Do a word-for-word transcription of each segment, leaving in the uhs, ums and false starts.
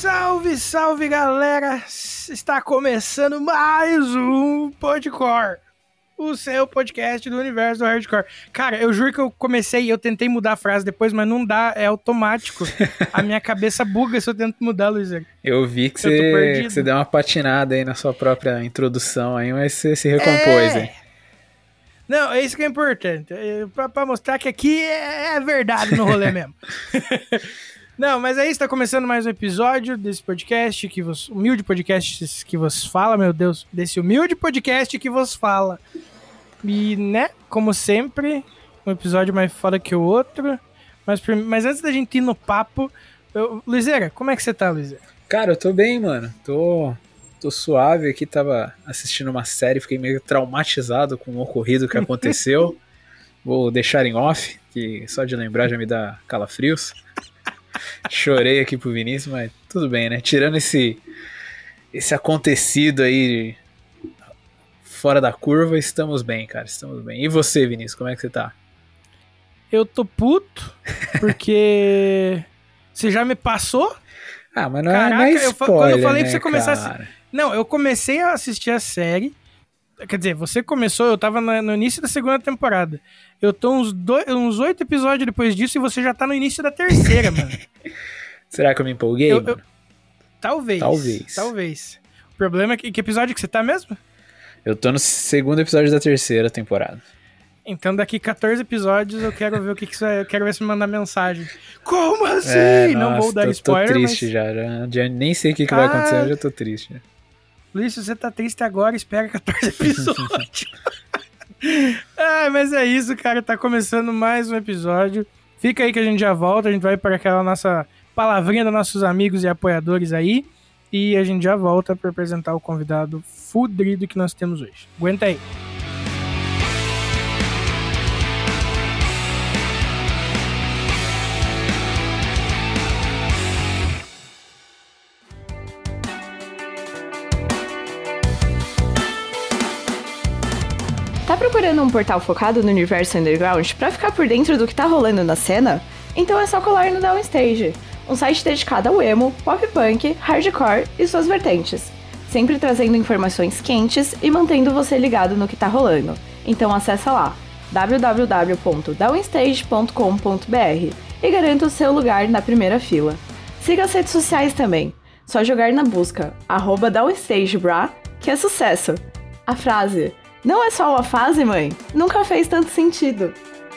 Salve, salve, galera! Está começando mais um Podcore, o seu podcast do universo do hardcore. Cara, eu juro que eu comecei e eu tentei mudar a frase depois, mas não dá, é automático. A minha cabeça buga se eu tento mudar, Luiz. Eu vi que, eu você, que você deu uma patinada aí na sua própria introdução aí, mas você se recompôs, é... hein? Não, é isso que é importante, é pra, pra mostrar que aqui é, é verdade no rolê mesmo. Não, mas aí está começando mais um episódio desse podcast, que vos, humilde podcast que vos fala, meu Deus, desse humilde podcast que vos fala. E, né, como sempre, um episódio mais foda que o outro. Mas, mas antes da gente ir no papo, eu, Luizera, como é que você tá, Luizera? Cara, eu tô bem, mano. Tô, tô suave aqui, tava assistindo uma série, fiquei meio traumatizado com o ocorrido que aconteceu. Vou deixar em off, que só de lembrar já me dá calafrios. Chorei aqui pro Vinícius, mas tudo bem, né? Tirando esse, esse acontecido aí fora da curva, estamos bem, cara, estamos bem. E você, Vinícius, como é que você tá? Eu tô puto, porque você já me passou? Ah, mas não Caraca, é, não é spoiler, eu, quando eu falei né, pra você começar... cara? A... Não, eu comecei a assistir a série. Quer dizer, você começou, eu tava no início da segunda temporada. Eu tô uns, dois, uns oito episódios depois disso e você já tá no início da terceira, mano. Será que eu me empolguei, eu, mano? Eu... Talvez. Talvez. Talvez. O problema é que, que episódio que você tá mesmo? Eu tô no segundo episódio da terceira temporada. Então daqui quatorze episódios eu quero ver o que que você... Eu quero ver se me mandar mensagem. Como assim? É, Não nossa, vou dar tô, spoiler, tô triste mas... já, já, já. Nem sei o que, que ah, vai acontecer, eu já tô triste. Já. Luiz, se você tá triste agora, espera quatorze episódios. Ah, mas é isso, cara. Tá começando mais um episódio. Fica aí que a gente já volta. A gente vai para aquela nossa palavrinha dos nossos amigos e apoiadores aí. E a gente já volta para apresentar o convidado fudrido que nós temos hoje. Aguenta aí. Tá procurando um portal focado no universo underground pra ficar por dentro do que tá rolando na cena? Então é só colar no Downstage, um site dedicado ao emo, pop punk, hardcore e suas vertentes, sempre trazendo informações quentes e mantendo você ligado no que tá rolando. Então acessa lá, w w w ponto downstage ponto com ponto b r e garanta o seu lugar na primeira fila. Siga as redes sociais também, só jogar na busca arroba downstagebra, que é sucesso. A frase "não é só uma fase, mãe", nunca fez tanto sentido.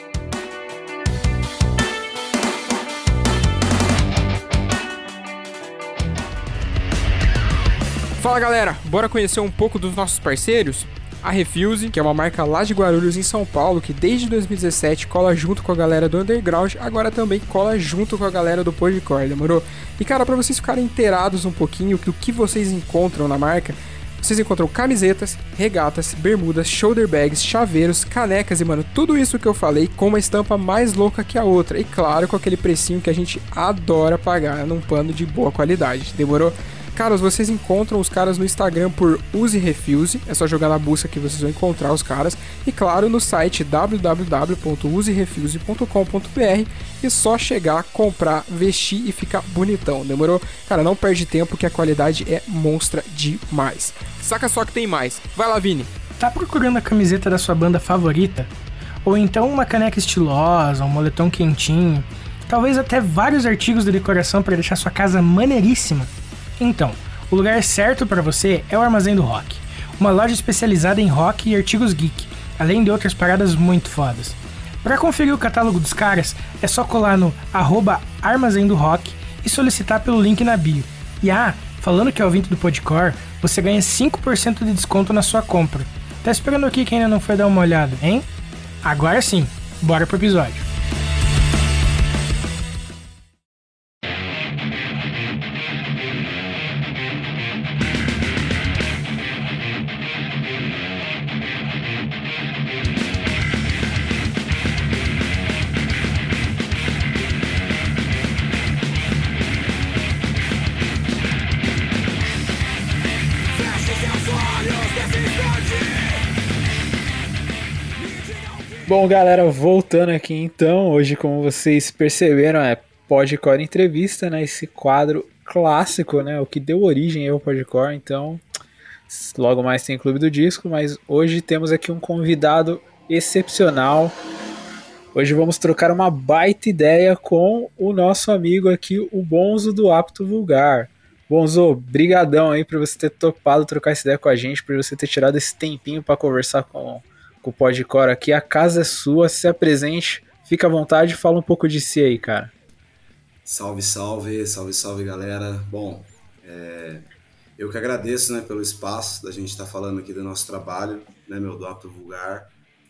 Fala galera, bora conhecer um pouco dos nossos parceiros? A Refuse, que é uma marca lá de Guarulhos, em São Paulo, que desde dois mil e dezessete cola junto com a galera do Underground, agora também cola junto com a galera do Podcore, demorou? E cara, pra vocês ficarem inteirados um pouquinho do que vocês encontram na marca, vocês encontram camisetas, regatas, bermudas, shoulder bags, chaveiros, canecas e, mano, tudo isso que eu falei com uma estampa mais louca que a outra. E claro, com aquele precinho que a gente adora pagar num pano de boa qualidade, demorou? Caras, vocês encontram os caras no Instagram por Use Refuse, é só jogar na busca que vocês vão encontrar os caras. E claro, no site w w w ponto use refuse ponto com ponto b r e só chegar, comprar, vestir e ficar bonitão, demorou? Cara, não perde tempo que a qualidade é monstra demais. Saca só que tem mais. Vai lá, Vini. Tá procurando a camiseta da sua banda favorita? Ou então uma caneca estilosa, um moletom quentinho? Talvez até vários artigos de decoração para deixar sua casa maneiríssima? Então, o lugar certo para você é o Armazém do Rock, uma loja especializada em rock e artigos geek, além de outras paradas muito fodas. Para conferir o catálogo dos caras, é só colar no arroba Armazém do Rock e solicitar pelo link na bio. E ah, falando que é ouvinte do Podcore, você ganha cinco por cento de desconto na sua compra. Tá esperando aqui quem ainda não foi dar uma olhada, hein? Agora sim, bora pro episódio. Bom, galera, voltando aqui então, hoje, como vocês perceberam, é Podcore Entrevista, né? Esse quadro clássico, né? O que deu origem ao podcore, então logo mais tem Clube do Disco, mas hoje temos aqui um convidado excepcional. Hoje vamos trocar uma baita ideia com o nosso amigo aqui, o Bonzo do Apto Vulgar. Bonzo, brigadão aí por você ter topado trocar essa ideia com a gente, por você ter tirado esse tempinho para conversar com, com o Podcore aqui. A casa é sua, se apresente, fica à vontade e fala um pouco de si aí, cara. Salve, salve, salve, salve, galera. Bom, é, eu que agradeço, né, pelo espaço da gente estar tá falando aqui do nosso trabalho, né, meu, do Apto Vulgar.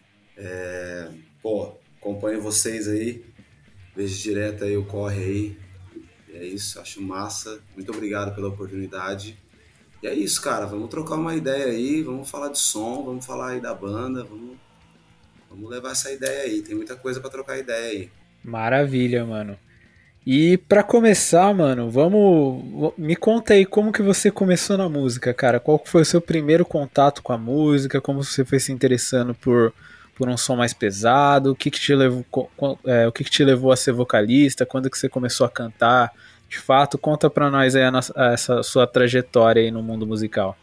É, pô, acompanho vocês aí, vejo direto aí o corre aí. É isso, acho massa. Muito obrigado pela oportunidade. E é isso, cara, vamos trocar uma ideia aí, vamos falar de som, vamos falar aí da banda, vamos, vamos levar essa ideia aí. Tem muita coisa pra trocar ideia aí. Maravilha, mano. E pra começar, mano, vamos... Me conta aí como que você começou na música, cara. Qual foi o seu primeiro contato com a música? Como você foi se interessando por, por um som mais pesado? O que que te levou, é, o que que te levou a ser vocalista? Quando que você começou a cantar? De fato, conta pra nós aí a nossa, essa sua trajetória aí no mundo musical.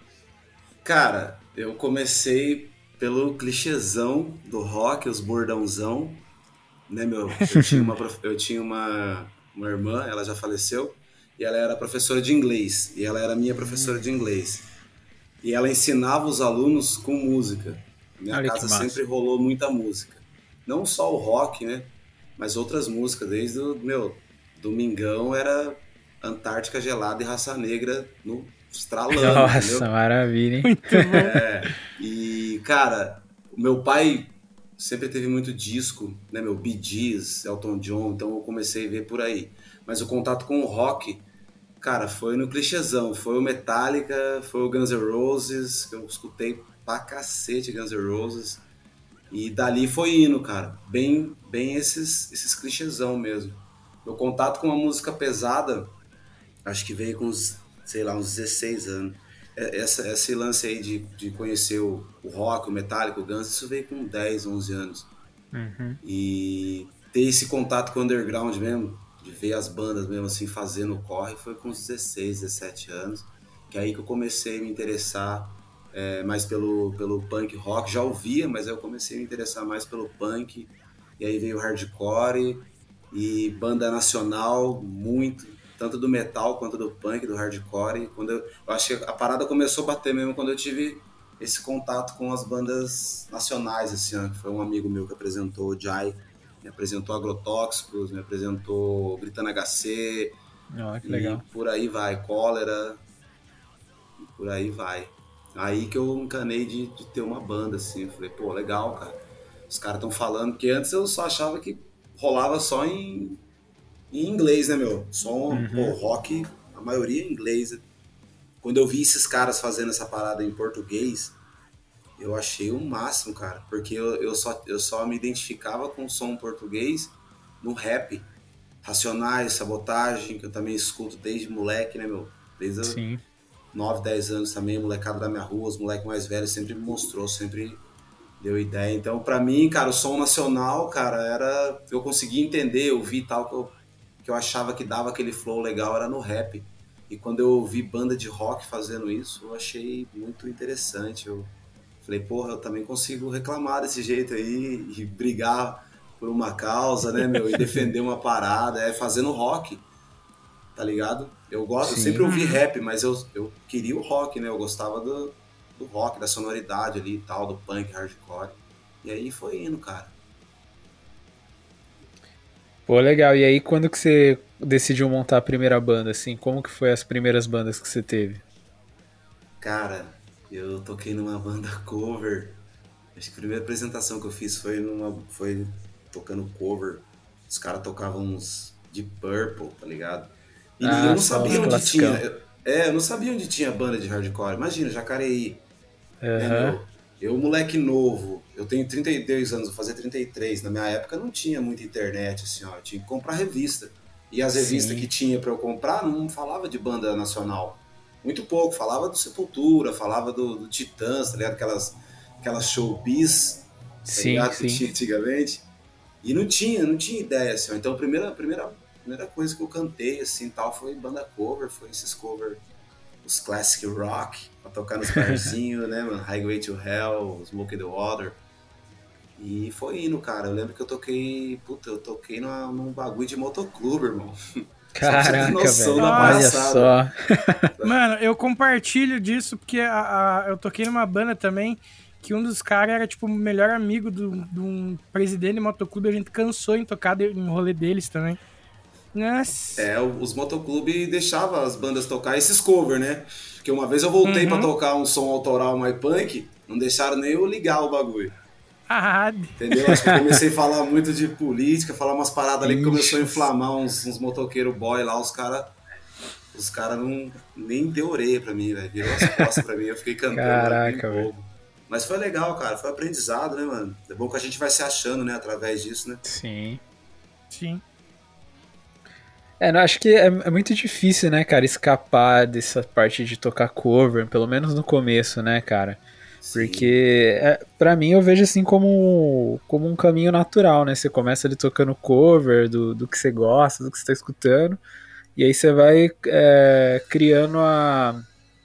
Cara, eu comecei pelo clichêzão do rock, os bordãozão. Né, meu? Eu tinha, uma, eu tinha uma, uma irmã, ela já faleceu, e ela era professora de inglês, e ela era minha professora de inglês. E ela ensinava os alunos com música. Minha Olha casa sempre rolou muita música. Não só o rock, né? Mas outras músicas, desde o, meu, Domingão era Antártica Gelada e Raça Negra no estralando. Nossa, entendeu? Maravilha, hein? Muito bom. É, e, cara, o meu pai sempre teve muito disco, né, meu, Bee Gees, Elton John, então eu comecei a ver por aí. Mas o contato com o rock, cara, foi no clichêzão, foi o Metallica, foi o Guns N' Roses, que eu escutei pra cacete Guns N' Roses, e dali foi indo, cara, bem, bem esses, esses clichêzão mesmo. Meu contato com a música pesada, acho que veio com uns, sei lá, uns dezesseis anos. Essa, esse lance aí de, de conhecer o, o rock, o Metallica, o Guns, isso veio com dez, onze anos. Uhum. E ter esse contato com o underground mesmo, de ver as bandas mesmo assim fazendo o corre, foi com uns dezesseis, dezessete anos. Que é aí que eu comecei a me interessar é, mais pelo, pelo punk rock. Já ouvia, mas aí eu comecei a me interessar mais pelo punk. E aí veio o hardcore e banda nacional, muito. Tanto do metal quanto do punk, do hardcore. E quando eu, eu acho que a parada começou a bater mesmo quando eu tive esse contato com as bandas nacionais, assim, ó, que foi um amigo meu que apresentou o Jai, me apresentou Agrotóxicos, me apresentou Gritando H C, Oh, que e legal. por aí vai, Cólera, e por aí vai. Aí que eu encanei de, de ter uma banda, assim, eu falei, pô, legal, cara. Os caras estão falando, porque antes eu só achava que rolava só em... em inglês, né, meu? Som, Uhum. pô, rock, a maioria em inglês. Quando eu vi esses caras fazendo essa parada em português, eu achei o máximo, cara. Porque eu, eu, só, eu só me identificava com o som português no rap. Racionais, Sabotagem, que eu também escuto desde moleque, né, meu? Desde Sim. nove, dez anos também, molecada da minha rua, os moleques mais velhos sempre me mostrou, sempre deu ideia. Então, pra mim, cara, o som nacional, cara, era... eu conseguia entender, eu vi tal que eu que eu achava que dava aquele flow legal era no rap. E quando eu vi banda de rock fazendo isso, eu achei muito interessante. Eu falei, porra, eu também consigo reclamar desse jeito aí e brigar por uma causa, né, meu? E defender uma parada, é fazendo rock, tá ligado? Eu gosto, eu sempre ouvi rap, mas eu, eu queria o rock, né? Eu gostava do, do rock, da sonoridade ali e tal, do punk, hardcore. E aí foi indo, cara. Pô, legal. E aí, quando que você decidiu montar a primeira banda, assim? Como que foi as primeiras bandas que você teve? Cara, eu toquei numa banda cover. Acho que a primeira apresentação que eu fiz foi, numa, foi tocando cover. Os caras tocavam uns Deep Purple, tá ligado? E Ah, eu não só sabia os onde classicão. tinha. eu- É, eu não sabia onde tinha banda de hardcore. Imagina, Jacareí. Né, Aham. meu? Eu, moleque novo, eu tenho trinta e dois anos, vou fazer trinta e três. Na minha época não tinha muita internet, assim, ó. Eu tinha que comprar revista. E as revistas Sim. que tinha pra eu comprar não falava de banda nacional. Muito pouco. Falava do Sepultura, falava do, do Titãs, tá ligado? Aquelas, aquelas showbiz, tá Sim, ligado? Que sim. tinha antigamente. E não tinha, não tinha ideia, assim, ó. Então a primeira, a primeira primeira coisa que eu cantei, assim, tal, foi banda cover, foi esses cover, os classic rock, pra tocar nos barzinhos, né, mano? Highway to Hell, Smoke the Water. E foi indo, cara. Eu lembro que eu toquei, puta, eu toquei numa, num bagulho de motoclube, irmão. Caraca, velho. da Olha só. Mano, eu compartilho disso porque a, a, eu toquei numa banda também que um dos caras era, tipo, o melhor amigo de um presidente de motoclube. A gente cansou em tocar em rolê deles também. Nossa. É, os motoclubes deixavam as bandas tocar esses covers, né? Porque uma vez eu voltei uhum. pra tocar um som autoral mais punk, não deixaram nem eu ligar o bagulho. Ah, entendeu? Acho que eu comecei a falar muito de política, falar umas paradas ali que começou a inflamar uns, uns motoqueiros boy lá, os caras os cara não nem deu orelha pra mim, velho. Virou as costas pra mim, eu fiquei cantando. Caraca, velho. Mas foi legal, cara, foi aprendizado, né, mano? É bom que a gente vai se achando, né, através disso, né? Sim. Sim. É, não, acho que é, é muito difícil, né, cara, escapar dessa parte de tocar cover, pelo menos no começo, né, cara? Porque, é, pra mim, eu vejo assim como, como um caminho natural, né? Você começa ali tocando cover do, do que você gosta, do que você tá escutando, e aí você vai é, criando a,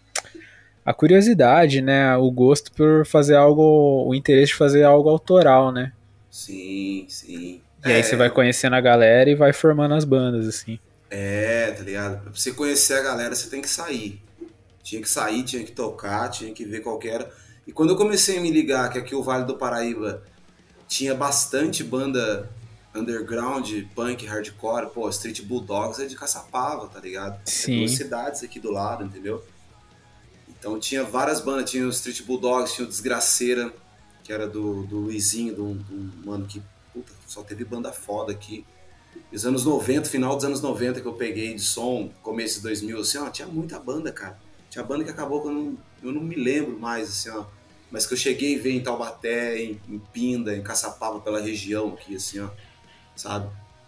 a curiosidade, né? O gosto por fazer algo, o interesse de fazer algo autoral, né? Sim, sim. E é, aí você vai conhecendo a galera e vai formando as bandas, assim. É, tá ligado? Pra você conhecer a galera, você tem que sair. Tinha que sair, tinha que tocar, tinha que ver qual que era... E quando eu comecei a me ligar que aqui o Vale do Paraíba tinha bastante banda underground, punk, hardcore, pô, Street Bulldogs é de Caçapava, tá ligado? Sim. É duas cidades aqui do lado, entendeu? Então tinha várias bandas, tinha o Street Bulldogs, tinha o Desgraceira, que era do, do Luizinho, do, do mano que, puta, só teve banda foda aqui. Nos anos noventa, final dos anos noventa que eu peguei de som, começo de dois mil, assim, ó, tinha muita banda, cara. Tinha banda que acabou que eu não, eu não me lembro mais, assim, ó. Mas que eu cheguei a ver em Taubaté, em, em Pinda, em Caçapava, pela região aqui, assim, ó. Sabe?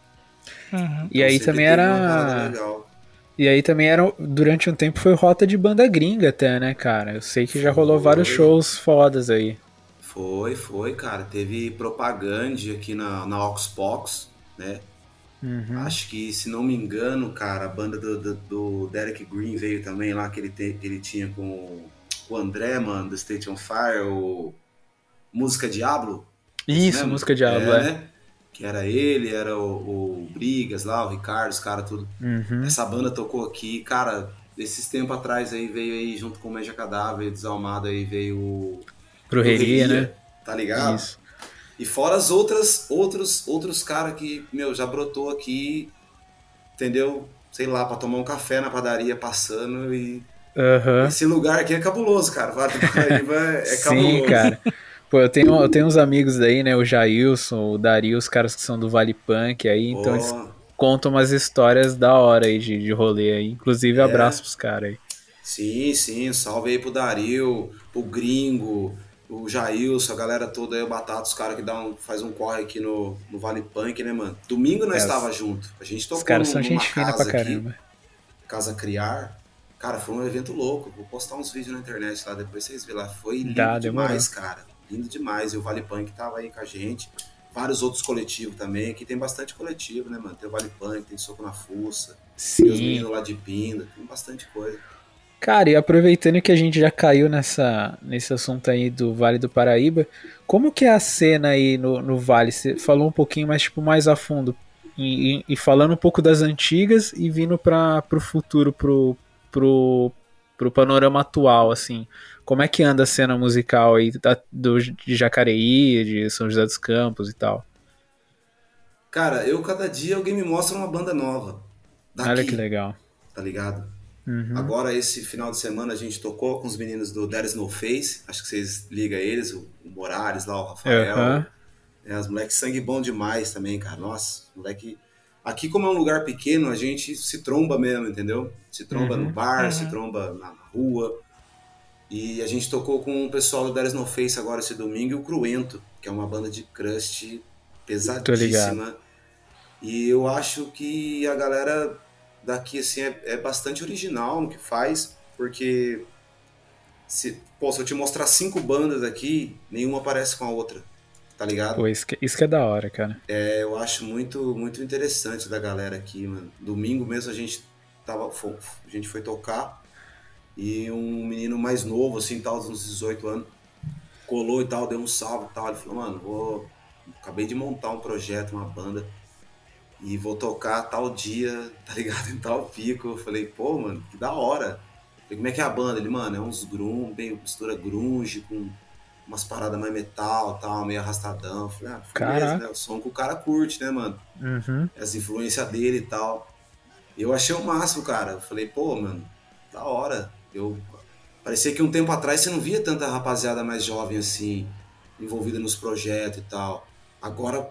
Uhum. E então, aí também era... E aí também era, durante um tempo, foi rota de banda gringa até, né, cara? Eu sei que já rolou foi. vários shows fodas aí. Foi, foi, cara. Teve Propaganda aqui na, na Oxbox, né? Uhum. Acho que, se não me engano, cara, a banda do, do, do Derek Green veio também lá, que ele, te, que ele tinha com o André, mano, do State on Fire, o Música Diablo. Isso, mesmo? Música Diablo, é. é. Né? Que era ele, era o, o Brigas lá, o Ricardo, os caras tudo. Uhum. Essa banda tocou aqui, cara, esses tempos atrás aí veio aí, junto com o Meja Cadáver, Desalmado, aí veio o... Brujeria, né? Tá ligado? Isso. E fora as outras, outros, outros caras que, meu, já brotou aqui, entendeu? Sei lá, pra tomar um café na padaria passando e... Uhum. Esse lugar aqui é cabuloso, cara. Vale do Paraíba é cabuloso. Sim, cara. Pô, eu tenho, eu tenho uns amigos daí, né? O Jailson, o Dario, os caras que são do Vale Punk aí, então oh. eles contam umas histórias da hora aí de, de rolê aí. Inclusive, é. abraço pros caras aí. Sim, sim. Salve aí pro Dario, pro Gringo, o Jailson, a galera toda aí, o Batata, os caras que dá um, faz um corre aqui no, no Vale Punk, né, mano? Domingo nós é, estava junto. A gente tocou os caras num, são numa gente fina casa pra caramba. Aqui, Casa Criar. Cara, foi um evento louco. Vou postar uns vídeos na internet lá, depois vocês verem lá. Foi lindo Dá, demais, demorou. cara. Lindo demais. E o Vale Punk tava aí com a gente. Vários outros coletivos também. Aqui tem bastante coletivo, né, mano? Tem o Vale Punk, tem Soco na Fuça. Sim. Tem os meninos lá de Pinda. Tem bastante coisa. Cara, e aproveitando que a gente já caiu nessa, nesse assunto aí do Vale do Paraíba, como que é a cena aí no, no Vale? Você falou um pouquinho mais, tipo, mais a fundo. E, e, e falando um pouco das antigas e vindo para pro futuro, pro... Pro, pro panorama atual, assim, como é que anda a cena musical aí da, do, de Jacareí, de São José dos Campos e tal? Cara, eu cada dia alguém me mostra uma banda nova daqui, olha que legal, tá ligado? Uhum. Agora esse final de semana a gente tocou com os meninos do There Is No Face, acho que vocês ligam eles, o, o Morales lá, o Rafael, uhum. é, os moleques sangue bom demais também, cara, nossa, moleque... Aqui, como é um lugar pequeno, a gente se tromba mesmo, entendeu? Se tromba uhum. no bar, uhum. se tromba na rua. E a gente tocou com o pessoal do There Is No Face agora esse domingo e o Cruento, que é uma banda de crust pesadíssima. E eu acho que a galera daqui assim, é, é bastante original no que faz, porque se, pô, se eu te mostrar cinco bandas aqui, nenhuma parece com a outra. tá ligado? Pô, isso que, isso que é da hora, cara. É, eu acho muito, muito interessante da galera aqui, mano. Domingo mesmo a gente tava, fo- a gente foi tocar e um menino mais novo, assim, tal, uns dezoito anos, colou e tal, deu um salve e tal. Ele falou, mano, vou, acabei de montar um projeto, uma banda, e vou tocar tal dia, tá ligado? Em tal pico. Eu falei, pô, mano, que da hora. Eu falei, como é que é a banda? Ele, mano, é uns grunge, bem mistura grunge com umas paradas mais metal, tal, meio arrastadão. Eu falei, ah, beleza, Caraca. né? O som que o cara curte, né, mano? Uhum. As influências dele e tal. Eu achei o máximo, cara. Eu falei, pô, mano, da hora. Eu parecia que um tempo atrás você não via tanta rapaziada mais jovem assim, envolvida nos projetos e tal. Agora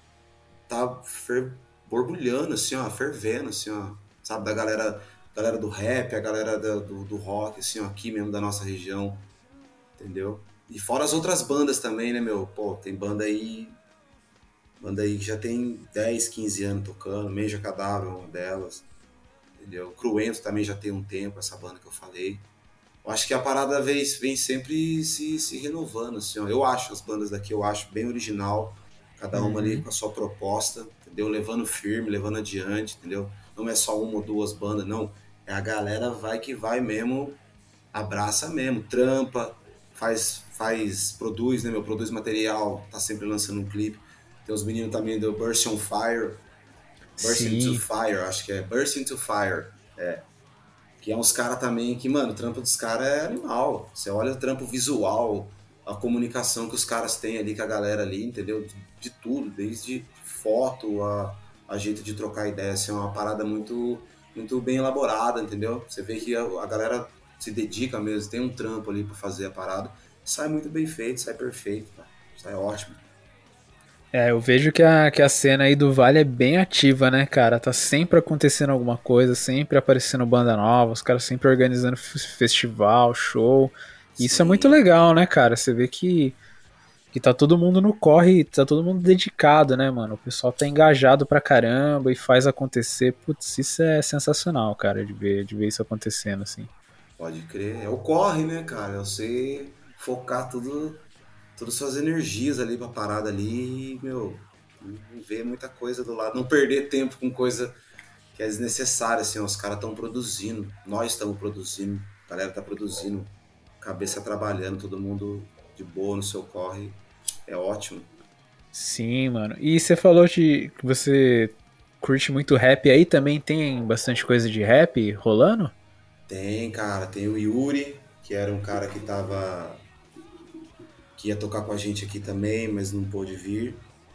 tá fer... borbulhando, assim, ó, fervendo, assim, ó. Sabe, da galera, galera do rap, a galera do, do, do rock, assim, ó, aqui mesmo da nossa região, entendeu? E fora as outras bandas também, né, meu? Pô, tem banda aí. Banda aí que já tem dez, quinze anos tocando, Meja Cadáver é uma delas, entendeu? Cruento também já tem um tempo, essa banda que eu falei. Eu acho que a parada vem, vem sempre se, se renovando, assim, ó. Eu acho as bandas daqui, eu acho bem original, cada uma ali com a sua proposta, entendeu? Levando firme, levando adiante, entendeu? Não é só uma ou duas bandas, não. É a galera vai que vai mesmo, abraça mesmo, trampa, faz, faz, produz, né, meu? Produz material, tá sempre lançando um clipe. Tem os meninos também do Burst on Fire, Burst into Sim. Fire, acho que é Burst into Fire, é. Que é uns caras também que, mano, o trampo dos caras é animal. Você olha o trampo visual, a comunicação que os caras têm ali com a galera ali, entendeu? De, de tudo, desde foto, a, a jeito de trocar ideia, assim, é uma parada muito, muito bem elaborada, entendeu? Você vê que a, a galera se dedica mesmo, tem um trampo ali pra fazer a parada, sai muito bem feito, sai perfeito, tá? Sai ótimo. É, eu vejo que a, que a cena aí do Vale é bem ativa, né, cara? Tá sempre acontecendo alguma coisa, sempre aparecendo banda nova, os caras sempre organizando f- festival, show. Isso é muito Sim. legal, né, cara? Você vê que, que tá todo mundo no corre, tá todo mundo dedicado, né, mano? O pessoal tá engajado pra caramba e faz acontecer. Putz, isso é sensacional, cara, de ver, de ver isso acontecendo, assim. Pode crer. É o corre, né, cara? É você focar tudo, todas as suas energias ali pra parada ali e, meu, não ver muita coisa do lado. Não perder tempo com coisa que é desnecessária, assim. Ó, os caras estão produzindo, nós estamos produzindo, a galera tá produzindo, cabeça trabalhando, todo mundo de boa no seu corre. É ótimo. Sim, mano. E você falou de que você curte muito rap aí, também tem bastante coisa de rap rolando? Tem, cara, tem o Yuri, que era um cara que tava. Que ia tocar com a gente aqui também, mas não pôde vir.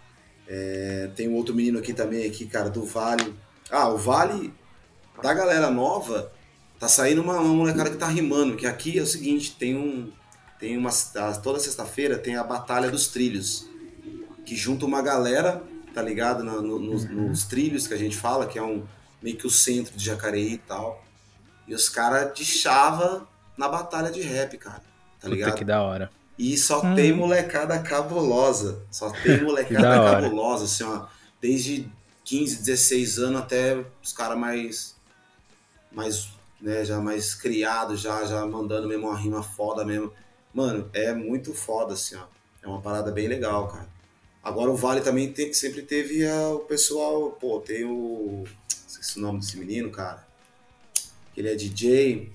É, tem um outro menino aqui também, aqui, cara, do Vale. Ah, o Vale da galera nova, tá saindo uma, uma molecada que tá rimando, que aqui é o seguinte, tem um. Tem uma. Toda sexta-feira tem a Batalha dos Trilhos. Que junta uma galera, tá ligado? No, no, nos, nos trilhos que a gente fala, que é um meio que o centro de Jacareí e tal. E os caras de chava na batalha de rap, cara. Tá Puta ligado? que da hora. E só Uhum. tem molecada cabulosa. Só tem Que molecada da hora. cabulosa, assim, ó. Desde quinze, dezesseis anos até os caras mais. Mais. Né, já mais criados, já, já mandando mesmo uma rima foda mesmo. Mano, é muito foda, assim, ó. É uma parada bem legal, cara. Agora o Vale também tem, sempre teve a, o pessoal. Pô, tem o. Esqueci o nome desse menino, cara. Ele é D J.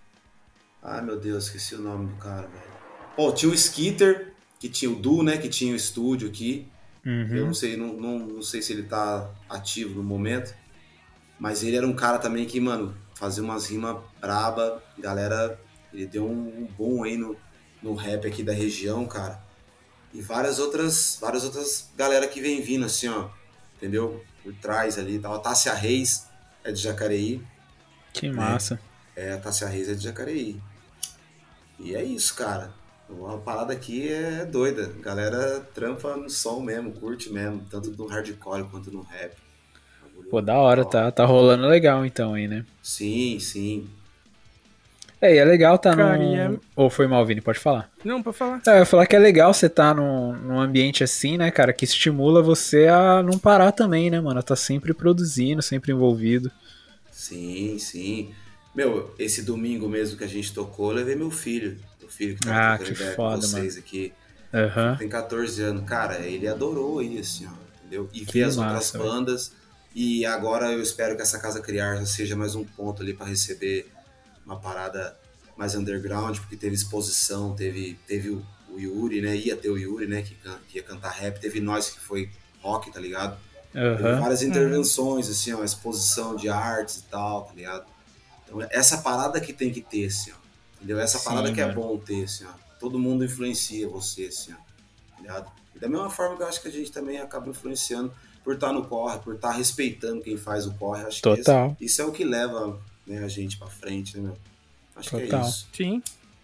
Ai meu Deus, esqueci o nome do cara, velho. Pô, tinha o Skitter, que tinha o Du, né? Que tinha o estúdio aqui. Eu não sei, não, não, não sei se ele tá ativo no momento. Mas ele era um cara também que, mano, fazia umas rimas braba. Galera, ele deu um, um boom aí no, no rap aqui da região, cara. E várias outras, várias outras galera que vem vindo, assim, ó. Entendeu? Por trás ali e tal. A Tássia Reis é de Jacareí. Que massa. É, a Tássia Reis é de Jacareí. E é isso, cara. A parada aqui é doida. A galera trampa no som mesmo, curte mesmo. Tanto no hardcore quanto no rap. Pô, da hora, tá, tá rolando legal então aí, né? Sim, sim. É, e é legal tá Cara, num... e é- Ou foi mal, Vini, pode falar. Não, pra falar. É, eu ia falar que é legal você tá num, num ambiente assim, né, cara, que estimula você a não parar também, né, mano? A tá sempre produzindo, sempre envolvido. Sim, sim. Meu, esse domingo mesmo que a gente tocou, eu levei meu filho. Meu filho que tava Ah, trocando que ideia foda, com vocês aqui. Aham. Tem catorze anos. Cara, ele adorou aí, assim, ó, entendeu? E Que ver as massa, outras velho. bandas. E agora eu espero que essa Casa Criar seja mais um ponto ali pra receber uma parada mais underground, porque teve exposição, teve, teve o, o Yuri, né? Ia ter o Yuri, né? Que, can- que ia cantar rap. Teve nós que foi rock, tá ligado? Teve Aham. várias Uhum. intervenções, assim, ó, exposição de artes e tal, tá ligado? Então, essa parada que tem que ter, assim, ó, entendeu? Essa Sim, parada que é mano. bom ter, assim, ó. Todo mundo influencia você, assim, ó, tá ligado? E da mesma forma que eu acho que a gente também acaba influenciando por estar no corre, por estar respeitando quem faz o corre. Acho que esse, Total. isso é o que leva, né, a gente pra frente, né, meu? Acho que é Total. isso. Sim.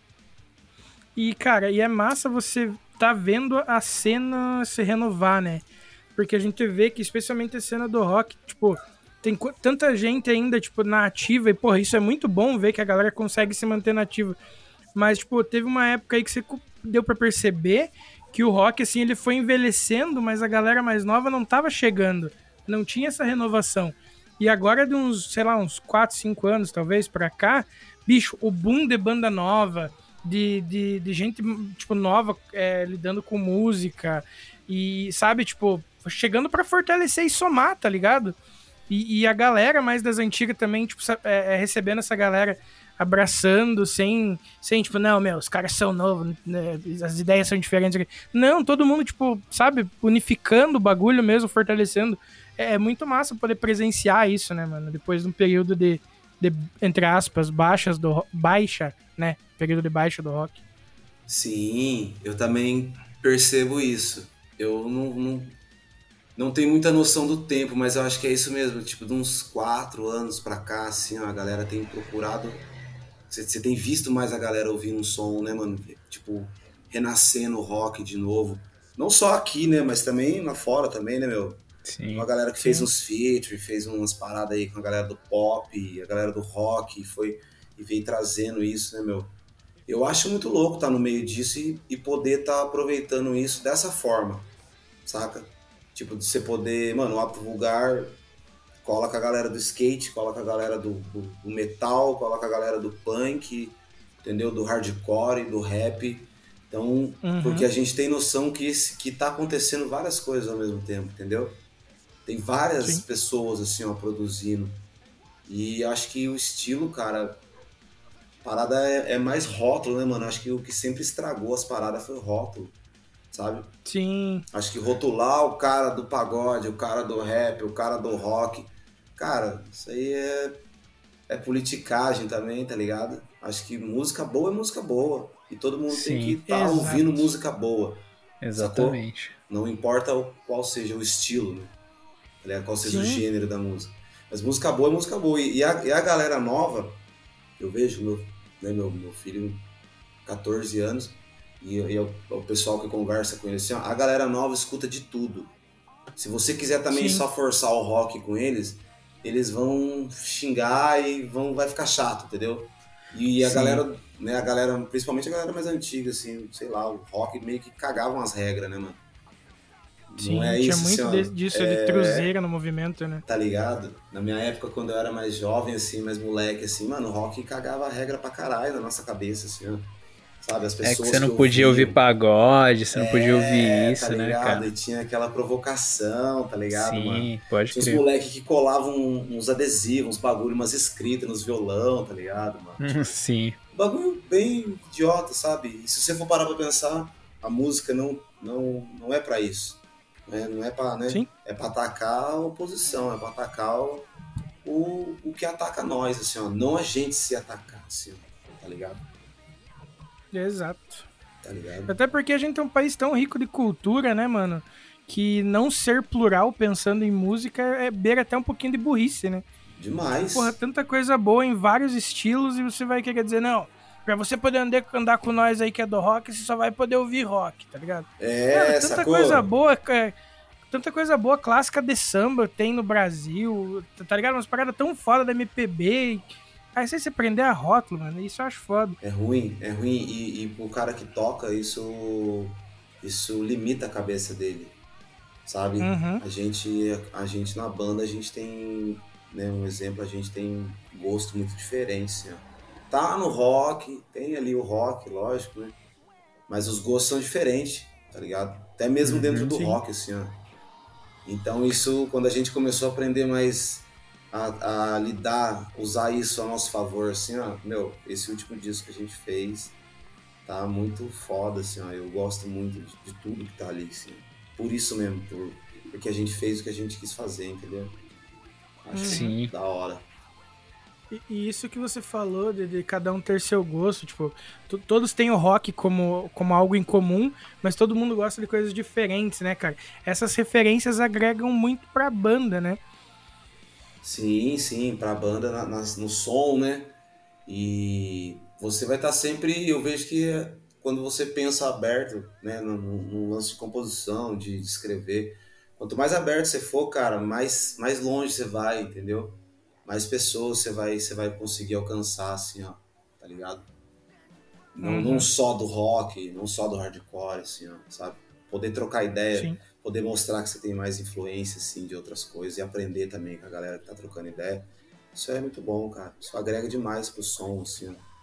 E, cara, e é massa você tá vendo a cena se renovar, né? Porque a gente vê que, especialmente a cena do rock, tipo, tem co- tanta gente ainda, tipo, na ativa, e, porra, isso é muito bom ver que a galera consegue se manter na ativa. Mas, tipo, teve uma época aí que você co- deu pra perceber que o rock, assim, ele foi envelhecendo, mas a galera mais nova não tava chegando. Não tinha essa renovação. E agora, de uns, sei lá, uns quatro, cinco anos, talvez, pra cá, bicho, o boom de banda nova, de, de, de gente, tipo, nova é, lidando com música, e, sabe, tipo, chegando pra fortalecer e somar, tá ligado? E, e a galera mais das antigas também, tipo, sa- é, é, recebendo essa galera, abraçando, sem, sem tipo, não, meu, os caras são novos, né, as ideias são diferentes. Não, todo mundo, tipo, sabe, unificando o bagulho mesmo, fortalecendo. É, é muito massa poder presenciar isso, né, mano? Depois de um período de, de entre aspas, baixas do ro- baixa, né? Período de baixa do rock. Sim, eu também percebo isso. Eu não, não, não tenho muita noção do tempo, mas eu acho que é isso mesmo. Tipo, de uns quatro anos pra cá, assim, ó, a galera tem procurado. Você tem visto mais a galera ouvindo um som, né, mano? Tipo, renascendo o rock de novo. Não só aqui, né? Mas também lá fora também, né, meu? Tem uma Sim. galera que fez Sim. uns feat, fez umas paradas aí com a galera do pop, a galera do rock, e foi e veio trazendo isso, né, meu? Eu acho muito louco estar no meio disso e, e poder estar aproveitando isso dessa forma, saca? Tipo, de você poder, mano, lá pro lugar, cola com a galera do skate, cola com a galera do, do, do metal, cola com a galera do punk, entendeu? Do hardcore, do rap. Então, porque Uhum. a gente tem noção que, esse- que tá acontecendo várias coisas ao mesmo tempo, entendeu? Tem várias Sim. pessoas, assim, ó, produzindo. E acho que o estilo, cara, parada é, é mais rótulo, né, mano? Acho que o que sempre estragou as paradas foi o rótulo, sabe? Sim. Acho que rotular o cara do pagode, o cara do rap, o cara do rock, cara, isso aí é, é politicagem também, tá ligado? Acho que música boa é música boa. E todo mundo tem que Sim. estar ouvindo Exato. música boa, sacou? Exatamente. Não importa o- qual seja o estilo, né? Tá ligado? Qual seja o Sim. gênero da música. Mas música boa é música boa. E, e a, e a galera nova, eu vejo meu, né, meu, meu filho, catorze anos, e, e o, o pessoal que conversa com ele, assim, ó, a galera nova escuta de tudo. Se você quiser também Sim. só forçar o rock com eles, eles vão xingar e vão, vai ficar chato, entendeu? E a Sim. galera, né, a galera, principalmente a galera mais antiga, assim, sei lá, o rock meio que cagavam as regras, né, mano? Não Sim, é tinha isso, assim, muito ó, de- disso de truzeira no movimento, né? tá ligado? Na minha época, quando eu era mais jovem, assim, mais moleque, assim, mano, o rock cagava a regra pra caralho na nossa cabeça, assim, ó. Sabe, as É que pessoas você não que podia ouvir ouviam. pagode, você não podia ouvir É, tá isso, né, ligado? E cara? tinha aquela provocação, tá ligado, mano? Sim, pode Tinha uns crer. moleques que colavam uns adesivos, uns bagulho, umas escritas nos violão, tá ligado, mano? Sim. Um bagulho bem idiota, sabe? E se você for parar pra pensar, a música não, não, não é pra isso. Né? Não é pra, né? Sim. É pra atacar a oposição, é pra atacar o, o, o que ataca nós, assim, ó. Não a gente se atacar, assim, ó. Tá ligado? Exato. Tá ligado? Até porque a gente é um país tão rico de cultura, né, mano? Que não ser plural pensando em música é beira até um pouquinho de burrice, né? Demais. Porra, tanta coisa boa em vários estilos e você vai querer dizer, não, pra você poder andar, andar com nós aí que é do rock, você só vai poder ouvir rock, tá ligado? É, Mano, tanta sacou? coisa boa, é, tanta coisa boa clássica de samba tem no Brasil, tá ligado? Umas paradas tão foda da M P B. Aí você se prender a rótulo, mano, isso eu acho foda. É ruim, é ruim. E, e o cara que toca, isso, isso limita a cabeça dele, sabe? Uhum. A gente, a gente na banda, a gente tem, né, um exemplo, a gente tem gosto muito diferente, assim, ó. Tá no rock, tem ali o rock, lógico, né? Mas os gostos são diferentes. tá ligado? Até mesmo Uhum, dentro do sim. rock, assim, ó. Então isso, quando a gente começou a aprender mais a, a lidar, usar isso a nosso favor, assim, ó, meu, esse último disco que a gente fez tá muito foda, assim, ó, eu gosto muito de, de tudo que tá ali, assim, por isso mesmo, por, porque a gente fez o que a gente quis fazer, entendeu? Acho Sim. da hora. E, e isso que você falou de, de cada um ter seu gosto, tipo, to- todos têm o rock como, como algo em comum, mas todo mundo gosta de coisas diferentes, né, cara? Essas referências agregam muito pra banda, né? Sim, sim, pra banda na, nas- no som, né? E você vai estar sempre, eu vejo que é, quando você pensa aberto, né, no, no- no lance de composição, de, de escrever, quanto mais aberto você for, cara, mais, mais longe você vai, entendeu? Mais pessoas você vai, você vai conseguir alcançar, assim, ó, tá ligado? Não, não Uhum, só do rock, não só do hardcore, assim, ó, sabe? Poder trocar ideia, sim. poder mostrar que você tem mais influência, assim, de outras coisas e aprender também com a galera que tá trocando ideia. Isso é muito bom, cara. Isso agrega demais pro som, assim, ó.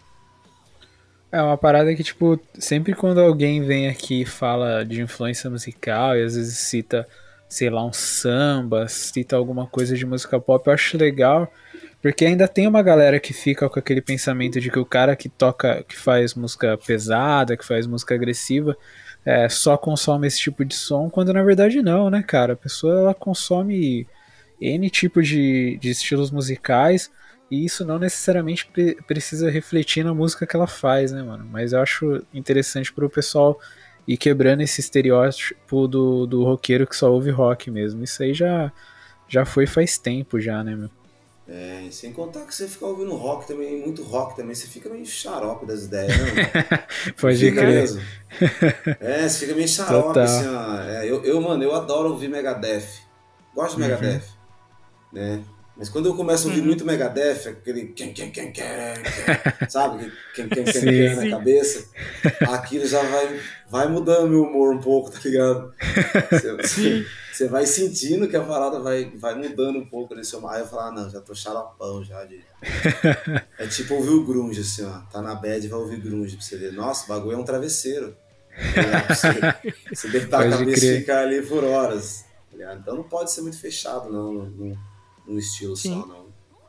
É uma parada que, tipo, sempre quando alguém vem aqui e fala de influência musical e às vezes cita, sei lá, um samba, cita alguma coisa de música pop, eu acho legal, porque ainda tem uma galera que fica com aquele pensamento de que o cara que toca, que faz música pesada, que faz música agressiva, é, só consome esse tipo de som, quando na verdade não, né, cara? A pessoa, ela consome N tipo de, de estilos musicais, e isso não necessariamente pre- precisa refletir na música que ela faz, né, mano? Mas eu acho interessante pro pessoal ir quebrando esse estereótipo do, do roqueiro que só ouve rock mesmo. Isso aí já, já foi faz tempo já, né, meu? É, sem contar que você fica ouvindo rock também, muito rock também, você fica meio xarope das ideias, né, mano? Não Pode fica crer. mesmo? É, você fica meio xarope, assim, Total. ó. É, eu, eu, mano, eu adoro ouvir Megadeth. Gosto de Uhum. Megadeth, né? Mas quando eu começo a ouvir Uhum. muito Megadeth, aquele quem, quem, quem, quem, quem, sabe? Quem, quem, quem, quem Sim. na Sim. cabeça, aquilo já vai, vai mudando meu humor um pouco, tá ligado? Você, Sim. você vai sentindo que a parada vai, vai mudando um pouco nesse seu. Aí eu falo, ah, não, já tô xaropão já de. É tipo ouvir o grunge, assim, ó. Tá na bad, vai ouvir grunge pra você ver. Nossa, o bagulho é um travesseiro. Tá ligado? Pra você, você deitar a Pode cabeça e crer. ficar ali por horas. Tá ligado? Então não pode ser muito fechado, não, num, num estilo Sim. só, não.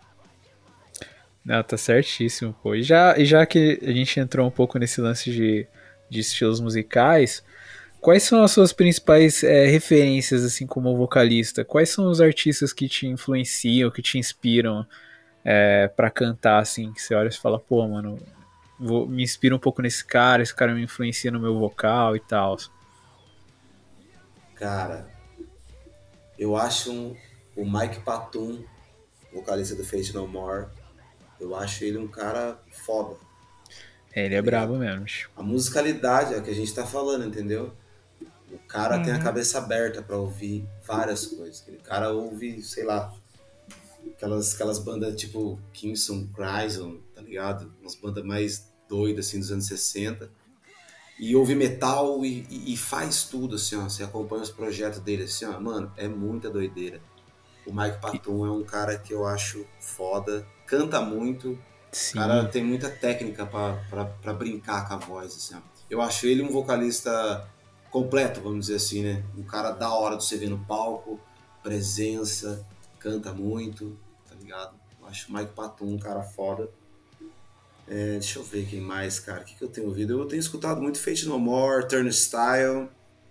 Não, tá certíssimo, pô. E já, e já que a gente entrou um pouco nesse lance de, de estilos musicais, quais são as suas principais é, referências, assim, como vocalista? Quais são os artistas que te influenciam, que te inspiram é, para cantar, assim, que você olha e fala, pô, mano, vou, me inspira um pouco nesse cara, esse cara me influencia no meu vocal e tal. Cara, eu acho um, o Mike Patum, vocalista do Fate No More, eu acho ele um cara foda, É, ele tá é ligado? brabo mesmo. Bicho. A musicalidade é o que a gente tá falando, entendeu? O cara tem a Uhum. cabeça aberta pra ouvir várias coisas. Aquele cara ouve, sei lá, aquelas, aquelas bandas tipo Kingston, Crimson, tá ligado? Umas bandas mais doidas assim dos anos sessenta. E ouve metal e, e, e faz tudo, assim, ó. Você acompanha os projetos dele, assim, ó. Mano, é muita doideira. O Mike Patton é um cara que eu acho foda, canta muito, o cara Sim, tem muita técnica pra, pra, pra brincar com a voz, assim, ó. Eu acho ele um vocalista completo, vamos dizer assim, né? Um cara da hora de você ver no palco, presença, canta muito, tá ligado? Eu acho o Mike Patton um cara foda. É, deixa eu ver quem mais, cara. O que, que eu tenho ouvido? Eu tenho escutado muito Fate No More, Turnstile,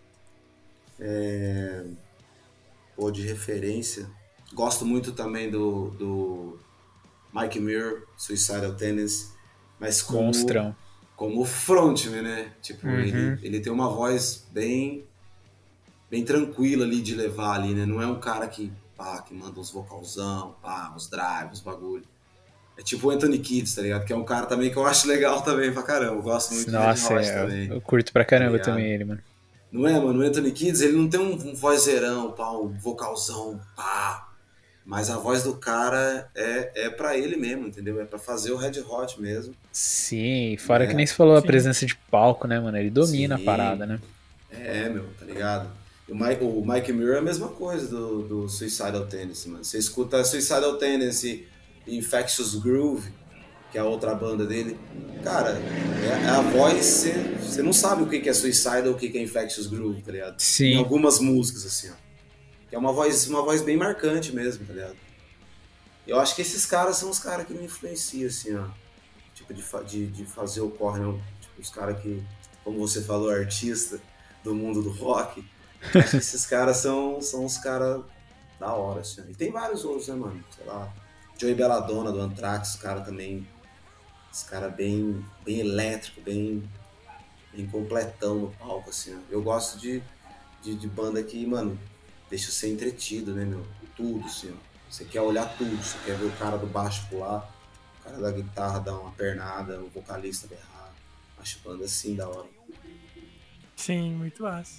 pô, de referência. Gosto muito também do, do Mike Muir, Suicidal Tendencies, mas como, monstrão. como frontman, né? Tipo, ele, Uhum. ele tem uma voz bem, bem tranquila ali de levar ali, né? Não é um cara que, pá, que manda uns vocalzão, pá, uns drives, uns bagulho. É tipo o Anthony Kiedis, tá ligado? Que é um cara também que eu acho legal também pra caramba. Eu gosto muito de Red Nossa, Hot é, eu, também, eu curto pra tá caramba também ligado? ele, mano. Não é, mano? O Anthony Kiedis, ele não tem um, um vozeirão, pá, um vocalzão, pá. Mas a voz do cara é, é pra ele mesmo, entendeu? É pra fazer o Red Hot mesmo, Sim, fora que nem né? se falou a Sim. presença de palco, né, mano? Ele domina a parada, Sim, né? é, meu, tá ligado? O Mike, o Mike Muir é a mesma coisa do, do Suicidal Tendency, mano. Você escuta Suicidal Tendency e Infectious Groove, que é a outra banda dele. Cara, é, é a voz, você não sabe o que é Suicidal ou o que é Infectious Groove, tá ligado? Sim. Em algumas músicas, assim, ó. Que é uma voz, uma voz bem marcante mesmo, tá ligado? Eu acho que esses caras são os caras que me influenciam, assim, ó. Tipo, de, de, de fazer o corre, né? Tipo, os caras que, como você falou, artista do mundo do rock. Acho que esses caras são, são os caras da hora, assim. Ó. E tem vários outros, né, mano? Sei lá, Joey Belladonna, do Anthrax, os caras também... Os caras bem, bem elétrico, bem, bem completão no palco, assim, ó. Eu gosto de, de, de banda que, mano, deixa você entretido, né, meu? Tudo, assim, ó. Você quer olhar tudo, você quer ver o cara do baixo pular, o cara da guitarra dar uma pernada, o vocalista berrar. Acho banda assim da hora. Sim, muito massa.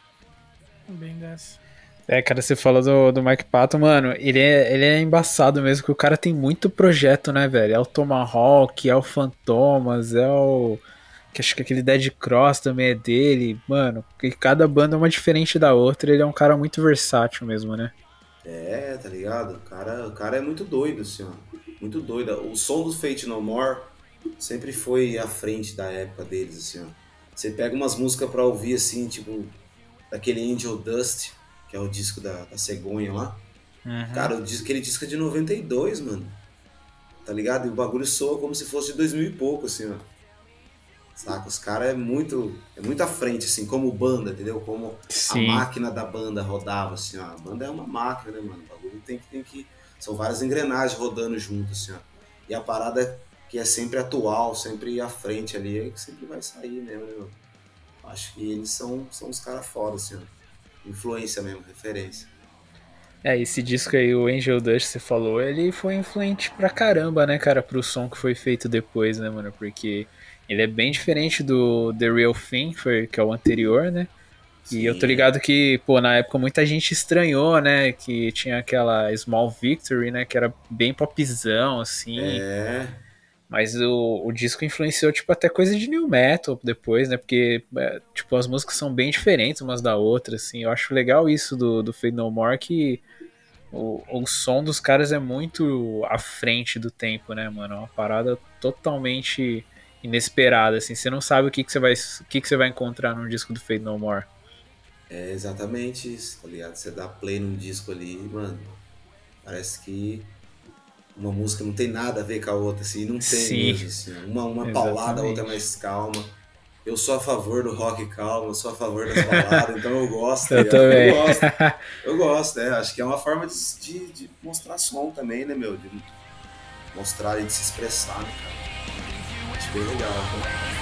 Bem dessa. É, cara, você falou do, do Mike Patton, mano, ele é, ele é embaçado mesmo, que o cara tem muito projeto, né, velho? É o Tomahawk, é o Fantomas, é o... que acho que aquele Dead Cross também é dele, mano, e cada banda é uma diferente da outra, ele é um cara muito versátil mesmo, né? É, tá ligado? O cara, o cara é muito doido, assim, ó. Muito doido. O som do Fate No More sempre foi à frente da época deles, assim, ó. Você pega umas músicas pra ouvir, assim, tipo, daquele Angel Dust, que é o disco da, da cegonha lá. Uhum. Cara, o disco, aquele disco é de noventa e dois, mano. Tá ligado? E o bagulho soa como se fosse de dois mil e pouco, assim, ó. Saca? Os caras é muito, é muito à frente, assim, como banda, entendeu? Como Sim. a máquina da banda rodava, assim, ó. A banda é uma máquina, né, mano? O bagulho tem que, tem que... São várias engrenagens rodando junto, assim, ó. E a parada que é sempre atual, sempre à frente ali, é que sempre vai sair mesmo, né, meu? Acho que eles são, são os caras foda, assim, ó. Influência mesmo, referência. É, esse disco aí, o Angel Dust, você falou, ele foi influente pra caramba, né, cara, pro som que foi feito depois, né, mano, porque ele é bem diferente do The Real Thing, foi, que é o anterior, né, Sim. E eu tô ligado que, pô, na época muita gente estranhou, né, que tinha aquela Small Victory, né, que era bem popzão, assim. É... Mas o, o disco influenciou, tipo, até coisa de new metal depois, né? Porque, é, tipo, as músicas são bem diferentes umas da outra, assim. Eu acho legal isso do, do Fate No More, que o, o som dos caras é muito à frente do tempo, né, mano? É uma parada totalmente inesperada, assim. Você não sabe o que, que, você, vai, o que, que você vai encontrar num disco do Fate No More. É exatamente isso, tá ligado? Você dá play num disco ali, mano, parece que uma música não tem nada a ver com a outra, assim, não tem Sim, mesmo, assim. Uma, uma paulada, a outra mais calma. Eu sou a favor do rock calmo, eu sou a favor das baladas, então eu gosto. Eu também. Eu gosto, eu gosto, é. Acho que é uma forma de, de, de mostrar som também, né, meu? De mostrar e de se expressar, né, cara? Acho bem legal, né?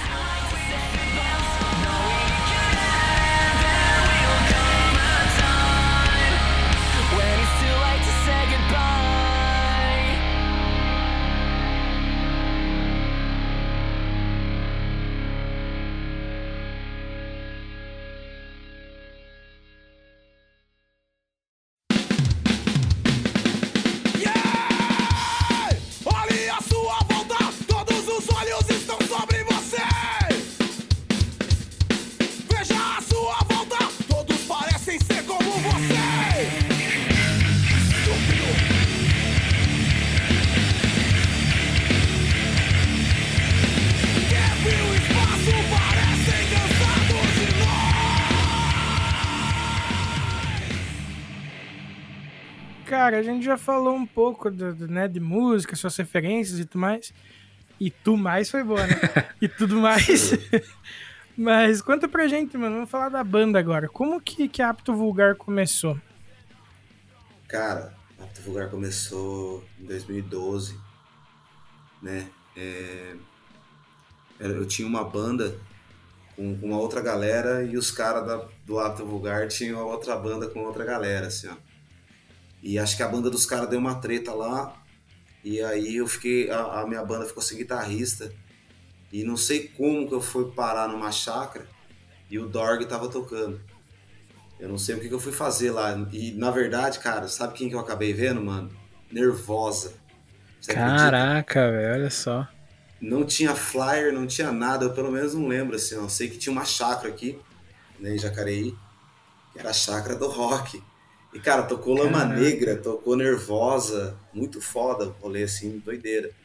Cara, a gente já falou um pouco do, do, né, de música, suas referências e tudo mais. E tu mais foi boa, né? E tudo mais. Mas conta pra gente, mano. Vamos falar da banda agora. Como que, que a Apto Vulgar começou? Cara, a Apto Vulgar começou em dois mil e doze, né? É... Eu tinha uma banda com uma outra galera e os caras do Apto Vulgar tinham outra banda com outra galera, assim, ó. E acho que a banda dos caras deu uma treta lá. E aí eu fiquei. A, a minha banda ficou sem guitarrista. E não sei como que eu fui parar numa chácara e o Dorg tava tocando. Eu não sei o que, que eu fui fazer lá. E na verdade, cara, sabe quem que eu acabei vendo, mano? Nervosa. Você Caraca, velho, olha só. Não tinha flyer, não tinha nada, eu pelo menos não lembro, assim, ó. Eu sei que tinha uma chácara aqui, né, em Jacareí, que era a chácara do rock. E, cara, tocou Lama Negra, tocou Nervosa, muito foda o rolê, assim, doideira.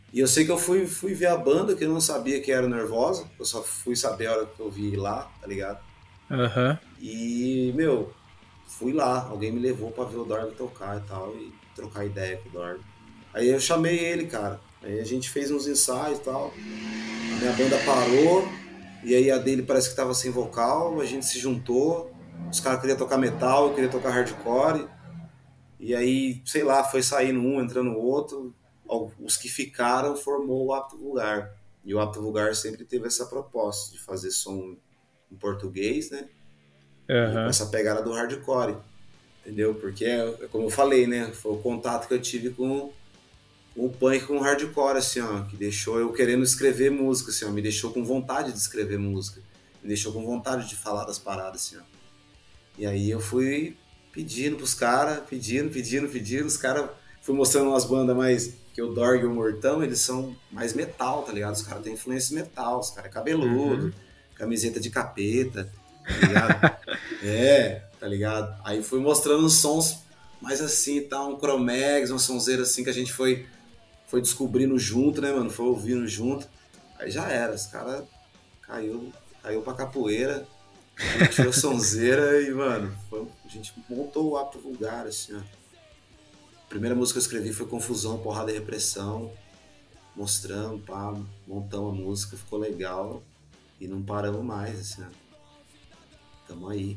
E eu sei que eu fui, fui ver a banda, que eu não sabia que era Nervosa, eu só fui saber a hora que eu vi lá, tá ligado? Aham. Uhum. E, meu, fui lá, alguém me levou pra ver o Dorg tocar e tal, e trocar ideia com o Dorg. Aí eu chamei ele, cara. Aí a gente fez uns ensaios e tal. A minha banda parou, e aí a dele parece que tava sem vocal, a gente se juntou. Os caras queriam tocar metal, eu queria tocar hardcore. E aí, sei lá, foi saindo um, entrando o outro. Os que ficaram formou o Apto Vulgar. E o Apto Vulgar sempre teve essa proposta de fazer som em português, né? E com Uhum. essa pegada do hardcore, entendeu? Porque, é, como eu falei, né? Foi o contato que eu tive com, com o punk, com o hardcore, assim, ó. Que deixou eu querendo escrever música, assim, ó. Me deixou com vontade de escrever música. Me deixou com vontade de falar das paradas, assim, ó. E aí eu fui pedindo pros caras, pedindo, pedindo, pedindo. Os caras... Fui mostrando umas bandas mais... Que o Dorg e o Mortão, eles são mais metal, tá ligado? Os caras têm influência metal. Os caras é cabeludo, uhum. Camiseta de capeta, tá ligado? É, tá ligado? Aí fui mostrando uns sons mais assim, tá? Um Chromex, uma sonzeira assim que a gente foi, foi descobrindo junto, né, mano? Foi ouvindo junto. Aí já era, os caras caiu, caiu pra capoeira, curtiu a sonzeira e, mano, foi, a gente montou o Apto Vulgar, assim, ó. A primeira música que eu escrevi foi Confusão, Porrada e Repressão. Mostrando, pá, montamos a música, ficou legal. E não paramos mais, assim, ó. Tamo aí.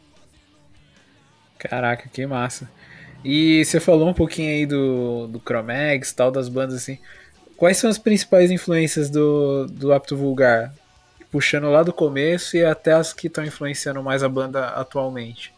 Caraca, que massa. E você falou um pouquinho aí do, do Chromex, tal, das bandas assim. Quais são as principais influências do, do Apto Vulgar? Puxando lá do começo e até as que estão influenciando mais a banda atualmente.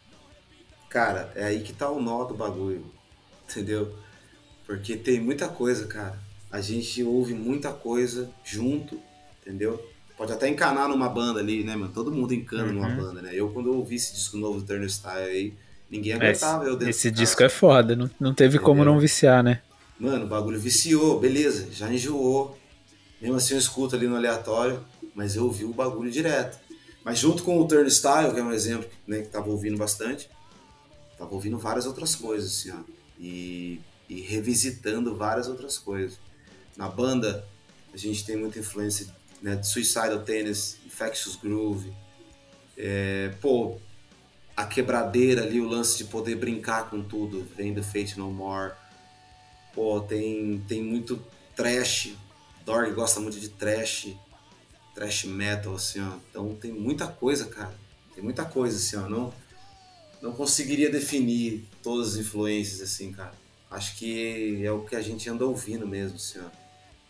Cara, é aí que tá o nó do bagulho, entendeu? Porque tem muita coisa, cara. A gente ouve muita coisa junto, entendeu? Pode até encanar numa banda ali, né, mano? Todo mundo encana uhum. numa banda, né? Eu, quando eu ouvi esse disco novo do Turnstile aí, ninguém aguentava esse, eu dentro Esse do disco carro. é foda, não, não teve entendeu? Como não viciar, né? Mano, o bagulho viciou, beleza, já enjoou. Mesmo assim eu escuto ali no aleatório, mas eu ouvi o bagulho direto. Mas junto com o Turnstile, que é um exemplo, né, que tava ouvindo bastante, tava ouvindo várias outras coisas, assim, ó. E, e revisitando várias outras coisas. Na banda, a gente tem muita influência, né, de Suicidal Tennis, Infectious Groove, é, pô, a quebradeira ali, o lance de poder brincar com tudo, vem do Fate No More. Pô, tem, tem muito trash, Dorg gosta muito de trash, trash metal, assim, ó. Então tem muita coisa, cara, tem muita coisa, assim, ó. Não, não conseguiria definir todas as influências, assim, cara. Acho que é o que a gente anda ouvindo mesmo, assim, ó.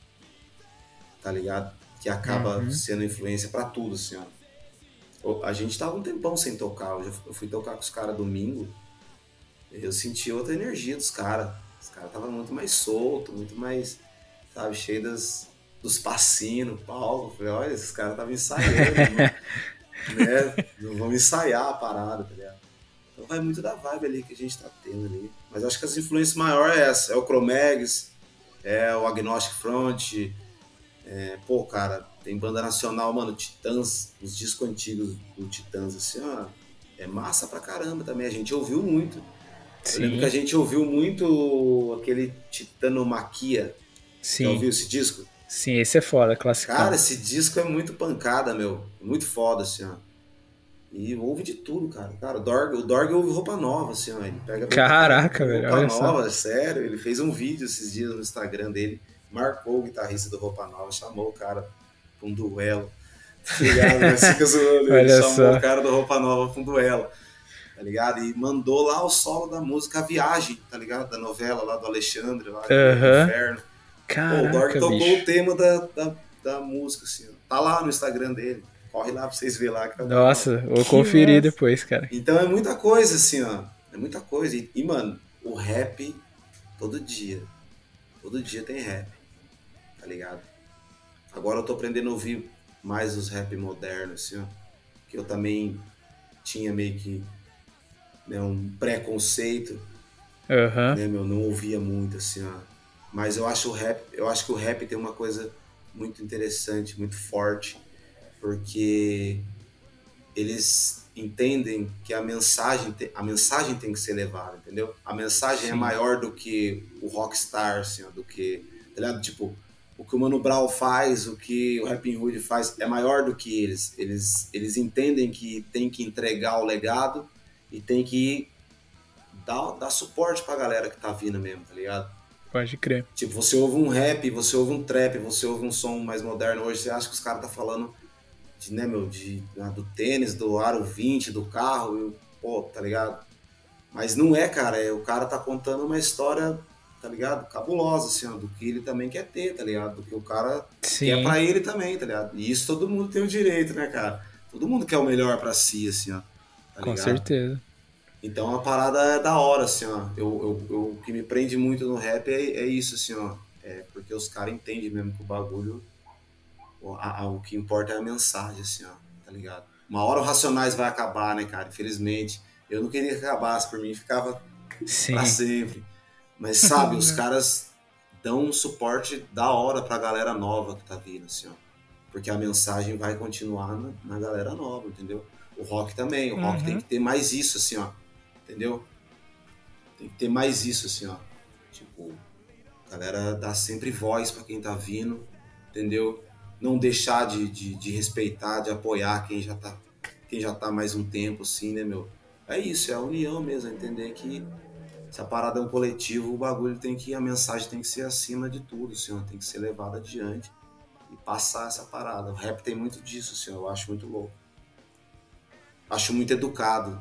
Tá ligado? Que acaba uhum. sendo influência pra tudo, assim, ó. A gente tava um tempão sem tocar. Eu, já, eu fui tocar com os caras domingo. Eu senti outra energia dos caras. Os caras estavam muito mais soltos, muito mais, sabe, cheio das, dos passinhos no palco. Eu falei, olha, esses caras estavam ensaiando, né? Não vamos ensaiar a parada, tá ligado? Então vai muito da vibe ali que a gente tá tendo ali. Mas acho que as influências maiores é essa. É o Chromex, é o Agnostic Front. É, pô, cara, tem banda nacional, mano, Titãs, os discos antigos do Titãs, assim, ó, é massa pra caramba também, a gente ouviu muito. Sim. Eu lembro que a gente ouviu muito aquele Titanomaquia. Sim. Já ouviu esse disco? Sim, esse é foda, clássico. Cara, esse disco é muito pancada, meu, muito foda, assim, ó. E ouve de tudo, cara. Cara, o Dorg, o Dorg ouve roupa nova, assim, ó, ele pega... Caraca, velho, roupa nova, só. Sério, ele fez um vídeo esses dias no Instagram dele, marcou o guitarrista do Roupa Nova, chamou o cara pra um duelo, tá ligado? Assim que eu zoando, ele chamou só. O cara do Roupa Nova pra um duelo, tá ligado? E mandou lá o solo da música A Viagem, tá ligado? Da novela lá do Alexandre, lá do uhum. Inferno. Caraca, pô, o Dorg tocou bicho. o tema da, da, da música, assim, ó. Tá lá no Instagram dele, corre lá pra vocês verem lá. Que tá Nossa, vou conferir massa. Depois, cara. Então é muita coisa, assim, ó, é muita coisa. E, e, mano, o rap, todo dia, todo dia tem rap. Tá ligado? Agora eu tô aprendendo a ouvir mais os rap modernos, assim, ó. Que eu também tinha meio que, né, um preconceito, uhum. né, meu, não ouvia muito, assim, ó. Mas eu acho o rap, eu acho que o rap tem uma coisa muito interessante, muito forte, porque eles entendem que a mensagem, a mensagem tem que ser levada, entendeu? A mensagem Sim. é maior do que o rockstar, assim, ó, do que tá ligado? Tipo, o que o Mano Brown faz, o que o Rapping Hood faz é maior do que eles. Eles, eles entendem que tem que entregar o legado e tem que dar, dar suporte pra galera que tá vindo mesmo, tá ligado? Pode crer. Tipo, você ouve um rap, você ouve um trap, você ouve um som mais moderno. Hoje você acha que os caras tá falando de, né, meu, de, do tênis, do aro vinte, do carro, eu, pô, tá ligado? Mas não é, cara, é, o cara tá contando uma história, tá ligado? Cabulosa, assim, ó, do que ele também quer ter, tá ligado? Do que o cara Sim. quer pra ele também, tá ligado? E isso todo mundo tem o direito, né, cara? Todo mundo quer o melhor pra si, assim, ó. Tá Com ligado? certeza. Então a parada é da hora, assim, ó. Eu, eu, eu, o que me prende muito no rap é, é isso, assim, ó. É porque os caras entendem mesmo que o bagulho, o, a, a, o que importa é a mensagem, assim, ó. Tá ligado? Uma hora o Racionais vai acabar, né, cara? Infelizmente. Eu não queria que acabasse, por mim ficava Sim. pra sempre. Mas, sabe, os caras dão um suporte da hora pra galera nova que tá vindo, assim, ó. Porque a mensagem vai continuar na, na galera nova, entendeu? O rock também. O rock Uhum. tem que ter mais isso, assim, ó. Entendeu? Tem que ter mais isso, assim, ó. Tipo, a galera dá sempre voz pra quem tá vindo, entendeu? Não deixar de, de, de respeitar, de apoiar quem já tá, quem já tá mais um tempo, assim, né, meu? É isso, é a união mesmo, é entender que se a parada é um coletivo, o bagulho tem que, a mensagem tem que ser acima de tudo, assim, ó, tem que ser levada adiante e passar essa parada. O rap tem muito disso, assim, ó, eu acho muito louco. Acho muito educado,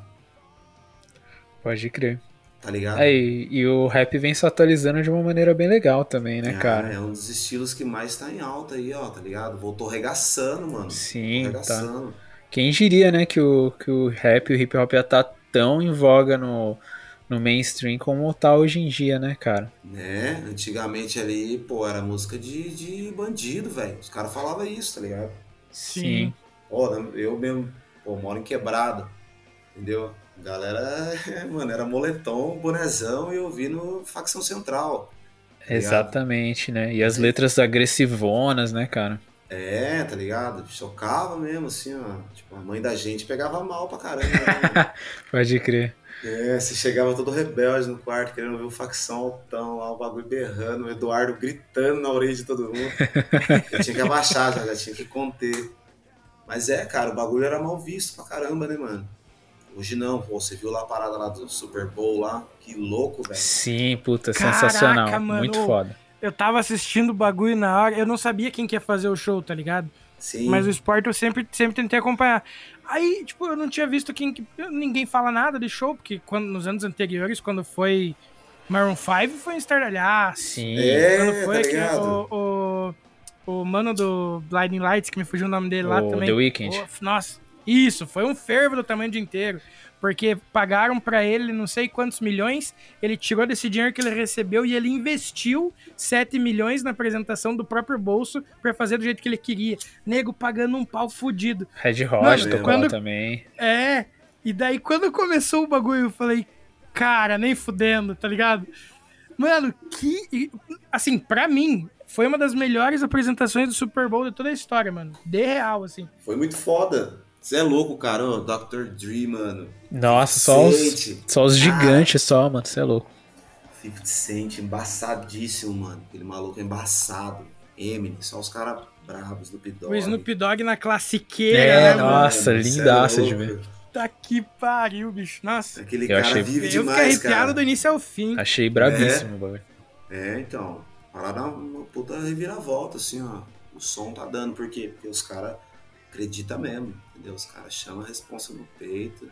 Pode crer. tá ligado? É, e, e o rap vem se atualizando de uma maneira bem legal também, né, Ah, cara? é um dos estilos que mais tá em alta aí, ó, tá ligado? Voltou regaçando, mano. Sim, Voltou regaçando. Quem diria, né, que o, que o rap e o hip hop ia estar tão em voga no, no mainstream como tá hoje em dia, né, cara? Né? Antigamente ali, pô, era música de, de bandido, velho. Os caras falavam isso, tá ligado? Sim. Pô, eu mesmo, pô, moro em Quebrada, entendeu? Galera, mano, era moletom, bonezão e ouvindo Facção Central. Tá Exatamente, né? E as letras agressivonas, né, cara? É, tá ligado? Chocava mesmo, assim, ó. Tipo, a mãe da gente pegava mal pra caramba, né? Pode crer. É, você chegava todo rebelde no quarto, querendo ver o Facção altão lá, o bagulho berrando, o Eduardo gritando na orelha de todo mundo. Eu tinha que abaixar já, já tinha que conter. Mas é, cara, o bagulho era mal visto pra caramba, né, mano? Hoje não, pô, você viu lá a parada lá do Super Bowl lá? Que louco, velho. Sim, puta, Caraca, sensacional. mano. Muito foda. Eu tava assistindo o bagulho na hora, eu não sabia quem que ia fazer o show, tá ligado? Sim. Mas o esporte eu sempre, sempre tentei acompanhar. Aí, tipo, eu não tinha visto quem, ninguém fala nada de show, porque quando, nos anos anteriores, quando foi Maroon cinco, foi um estardalhaço. Sim. É, Quando foi tá que ligado? o, o, o mano do Blinding Lights, que me fugiu o nome dele lá O também. The Weeknd. Oh, nossa, isso, foi um fervo do tamanho do inteiro. Porque pagaram pra ele não sei quantos milhões, ele tirou desse dinheiro que ele recebeu e ele investiu sete milhões na apresentação do próprio bolso pra fazer do jeito que ele queria. Nego pagando um pau fudido. Red Hot Mano, tocou quando- lá também. É, e daí quando começou o bagulho eu falei, cara, nem fudendo, tá ligado? Mano, que... Assim, pra mim, foi uma das melhores apresentações do Super Bowl de toda a história, mano. De real, assim. Foi muito foda. Você é louco, cara. Ô, doutor Dre, mano. Nossa, só os, Cent. só os Ah. gigantes só, mano. Você é louco. fifty Cent, embaçadíssimo, mano. Aquele maluco é embaçado. Eminem, só os caras bravos do P-Dog. O Snoop Dogg na classiqueira, É, né, mano? nossa, Mano, cê lindaça é de louco. ver. Tá que pariu, bicho. Nossa. Aquele Eu cara achei- vive Eu fiquei demais, arrepiado cara. do início ao fim. Achei bravíssimo o bagulho. É, então. Parada uma puta reviravolta, assim, ó. O som tá dando, por quê? Porque os caras acreditam mesmo, entendeu? Os caras chamam a responsa no peito.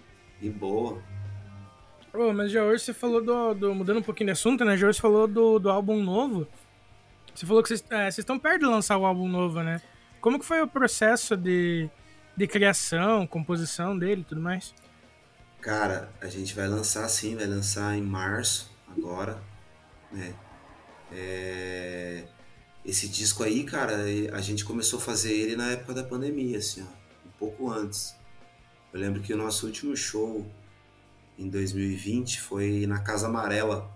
E boa. Ô, mas já hoje você falou do, do- Mudando um pouquinho de assunto, né? Já hoje você falou do, do álbum novo. Você falou que vocês é, vocês estão perto de lançar o álbum novo, né? Como que foi o processo de, de criação, composição dele e tudo mais? Cara, a gente vai lançar sim, vai lançar em março, agora, né? É, Esse disco aí, cara, a gente começou a fazer ele na época da pandemia, assim, ó, um pouco antes. Eu lembro que o nosso último show em dois mil e vinte foi na Casa Amarela,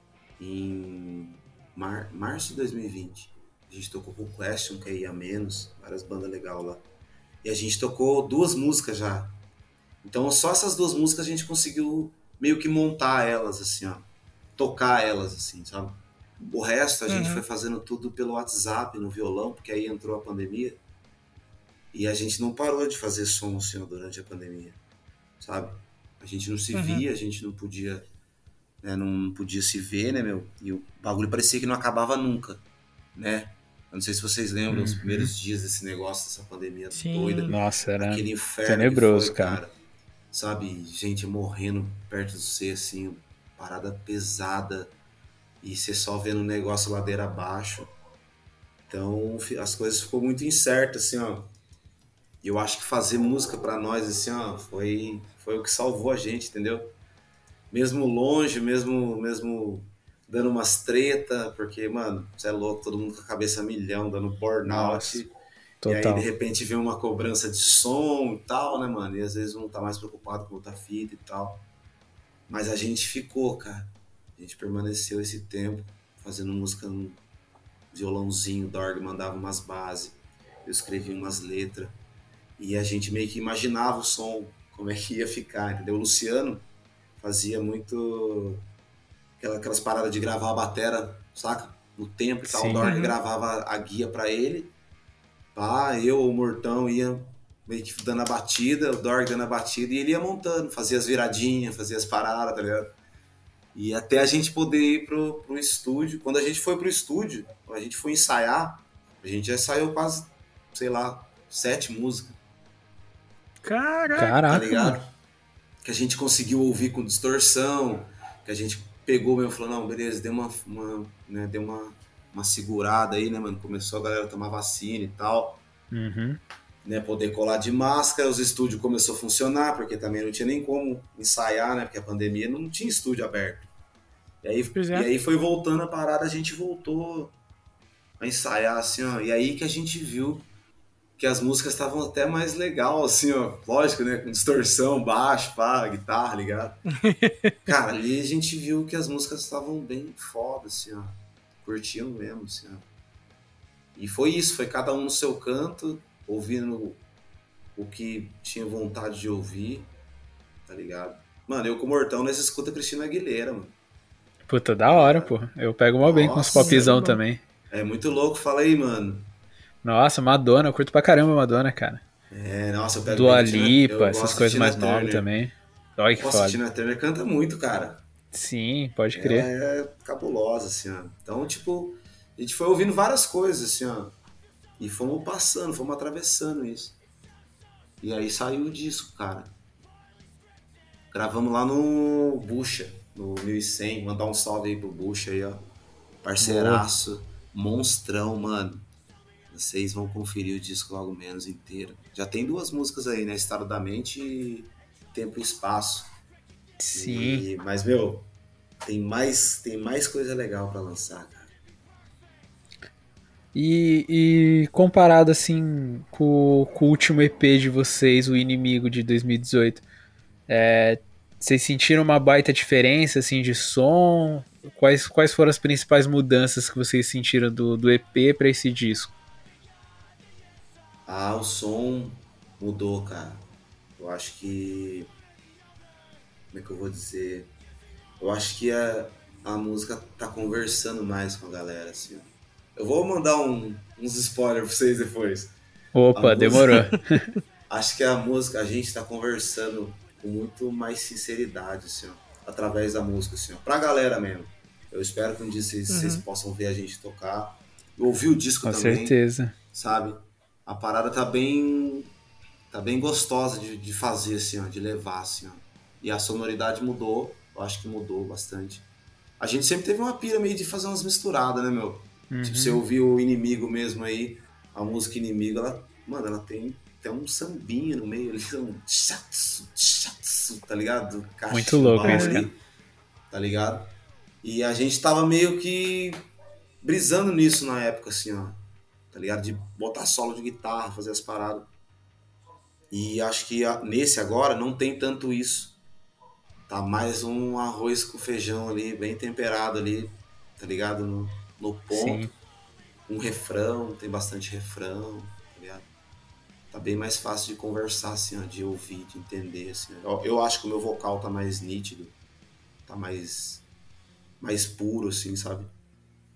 em mar... março de dois mil e vinte. A gente tocou com o Question, que é ia menos, várias bandas legais lá. E a gente tocou duas músicas já. Então só essas duas músicas a gente conseguiu meio que montar elas, assim, ó. Tocar elas, assim, sabe? O resto a gente Uhum. foi fazendo tudo pelo WhatsApp, no violão, porque aí entrou a pandemia. E a gente não parou de fazer som assim, ó, durante a pandemia, sabe? A gente não se Uhum. via, a gente não podia, né, não podia se ver, né, meu? E o bagulho parecia que não acabava nunca, né? Eu não sei se vocês lembram os primeiros dias desse negócio, dessa pandemia Sim. doida. Nossa, era Aquele inferno tenebroso, que foi, cara. cara. Sabe, gente morrendo perto de você, assim, parada pesada. E você só vendo o negócio ladeira abaixo. Então, fi- as coisas ficou muito incertas, assim, ó. E eu acho que fazer música pra nós, assim, ó, foi, foi o que salvou a gente, entendeu? Mesmo longe, mesmo, mesmo dando umas treta, porque, mano, você é louco, todo mundo com a cabeça a milhão, dando Nossa, burnout. E aí, de total. repente, vem uma cobrança de som e tal, né, mano? E às vezes um tá mais preocupado com outra fita e tal. Mas a gente ficou, cara. A gente permaneceu esse tempo fazendo música no violãozinho, o Dorg mandava umas bases, eu escrevia umas letras. E a gente meio que imaginava o som, como é que ia ficar, entendeu? O Luciano fazia muito aquela- aquelas paradas de gravar a batera, saca? No tempo e tal. O Sim. Dorg Uhum. gravava a guia pra ele. Pá, eu, o Mortão, ia meio que dando a batida, o Dorg dando a batida, e ele ia montando, fazia as viradinhas, fazia as paradas, tá ligado? E até a gente poder ir pro, pro estúdio. Quando a gente foi pro estúdio, a gente foi ensaiar, a gente já ensaiou quase, sei lá, sete músicas, Caraca. tá Caraca, ligado? mano. Que a gente conseguiu ouvir com distorção, que a gente pegou mesmo e falou, não, beleza, deu uma, uma, né, deu uma, uma segurada aí, né, mano? Começou a galera a tomar vacina e tal. Uhum. Né, poder colar de máscara, os estúdios começou a funcionar, porque também não tinha nem como ensaiar, né, porque a pandemia não tinha estúdio aberto. E aí, Pois é. e aí foi voltando a parada, a gente voltou a ensaiar, assim, ó, e aí que a gente viu que as músicas estavam até mais legal, assim, ó, lógico, né, com distorção, baixo, pá, guitarra, ligado? Cara, ali a gente viu que as músicas estavam bem foda, assim, ó, curtiam mesmo, assim, ó. E foi isso, foi cada um no seu canto, ouvindo o que tinha vontade de ouvir, tá ligado? Mano, eu com o Mortão, nós escuta Cristina Aguilera, mano. Puta, da hora, pô. Eu pego mal bem com os Nossa, popzão é bom. também. É muito louco, fala aí, mano. Nossa, Madonna, eu curto pra caramba Madonna, cara. É, nossa, eu pego Dua bem de Tina, Lipa, eu essas gosto de coisas Tina mais novas Turner. também. Olha que Nossa, a foda. Tina Turner canta muito, cara. Sim, pode Ela crer. é cabulosa, assim, ó. Então, tipo, a gente foi ouvindo várias coisas, assim, ó. E fomos passando, fomos atravessando isso. E aí saiu o disco, cara. Gravamos lá no Bucha, no mil e cem. Mandar um salve aí pro Bucha aí, ó. Parceiraço, monstrão, mano. Vocês vão conferir o disco logo menos inteiro. Já tem duas músicas aí, né? Estado da Mente e Tempo e Espaço. Sim. E, mas, meu, tem mais, tem mais coisa legal pra lançar, cara. E, e comparado assim com, com o último E P de vocês, O Inimigo de dois mil e dezoito, é, vocês sentiram uma baita diferença assim de som? Quais, quais foram as principais mudanças que vocês sentiram do, do E P pra esse disco? Ah, o som mudou, cara. Eu acho que... Como é que eu vou dizer? Eu acho que a, a música tá conversando mais com a galera, assim, ó. Eu vou mandar um, uns spoilers pra vocês depois. Opa, música- demorou. Acho que a música, a gente tá conversando com muito mais sinceridade, assim, ó, através da música, assim, ó, pra galera mesmo. Eu espero que um dia vocês, vocês possam ver a gente tocar. Eu ouvi o disco Com também, certeza. sabe? A parada tá bem, tá bem gostosa de, de fazer, assim, ó, de levar, assim, ó. E a sonoridade mudou, eu acho que mudou bastante. A gente sempre teve uma pira meio de fazer umas misturadas, né, meu? Tipo, você ouvir o Inimigo mesmo aí, a música Inimigo, ela, mano, ela tem até um sambinha no meio ali, um tchatsu, tchatsu, tá ligado? Muito louco Cachimbal isso, ali, cara. tá ligado? E a gente tava meio que brisando nisso na época, assim, ó, tá ligado? De botar solo de guitarra, fazer as paradas. E acho que a- nesse agora não tem tanto isso. Tá mais um arroz com feijão ali, bem temperado ali, tá ligado? No, no ponto. Sim. Um refrão, tem bastante refrão, tá ligado? Tá bem mais fácil de conversar, assim, ó, de ouvir, de entender, assim. Eu, eu acho que o meu vocal tá mais nítido, tá mais, mais puro, assim, sabe?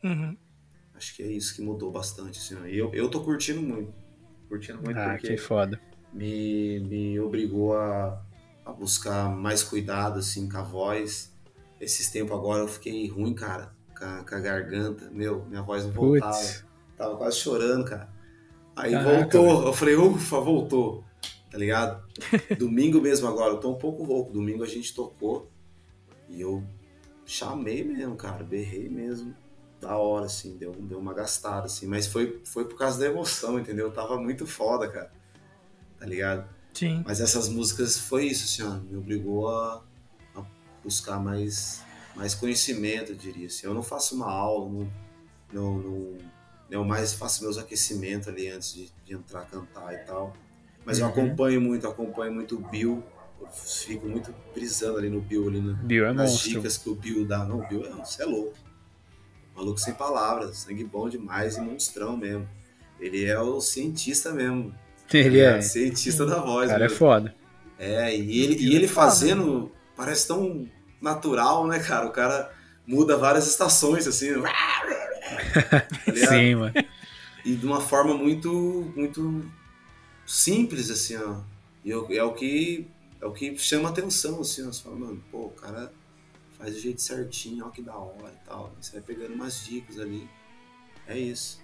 Uhum. Acho que é isso que mudou bastante, assim, ó. E eu, eu tô curtindo muito. Curtindo muito Ah, porque que foda. me, me obrigou a, a buscar mais cuidado, assim, com a voz. Esses tempos agora eu fiquei ruim, cara, com a, com a garganta. Meu, minha voz não voltava. Putz. Tava quase chorando, cara. Aí Caraca, voltou. velho. Eu falei, ufa, voltou. Tá ligado? Domingo mesmo agora, eu tô um pouco rouco. Domingo a gente tocou e eu chamei mesmo, cara. Berrei mesmo. Da hora, assim. Deu, deu uma gastada, assim. Mas foi, foi por causa da emoção, entendeu? Tava muito foda, cara. Tá ligado? Sim. Mas essas músicas foi isso, assim, ó. Me obrigou a, a buscar mais, mais conhecimento, eu diria. Assim. Eu não faço uma aula, não, não, não, eu mais faço meus aquecimentos ali antes de, de entrar a cantar e tal. Mas eu Uhum. acompanho muito, acompanho muito o Bill. Eu fico muito brisando ali no Bill, ali na, Bill é nas monstro. dicas que o Bill dá. Não, o Bill é, você é louco. Maluco sem palavras, sangue bom demais e monstrão mesmo. Ele é o cientista mesmo. Ele é. é. Cientista Sim. da O voz cara é mesmo. foda. É, e ele, Bill e é ele foda, fazendo, parece tão natural, né, cara? O cara muda várias estações, assim. Tá ligado? Sim, mano. E de uma forma muito, muito simples, assim, ó. E eu- é o que é o que chama atenção, assim, ó. Você fala, mano, pô, o cara faz do jeito certinho, ó, que da hora e tal. E você vai pegando umas dicas ali. É isso.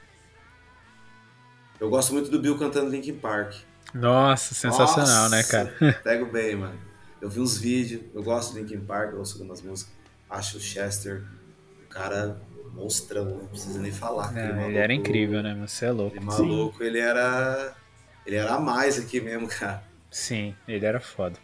Eu gosto muito do Bill cantando Linkin Park. Nossa, sensacional, né, Nossa, cara? pego bem, mano. Eu vi uns vídeos, eu gosto do Linkin Park, eu ouço algumas músicas. Acho o Chester, o cara monstrão, não precisa nem falar. Aquele Não, ele maluco, era incrível, né, mano? Você é louco. Aquele maluco, ele era. Ele era a mais aqui mesmo, cara. Sim, ele era foda.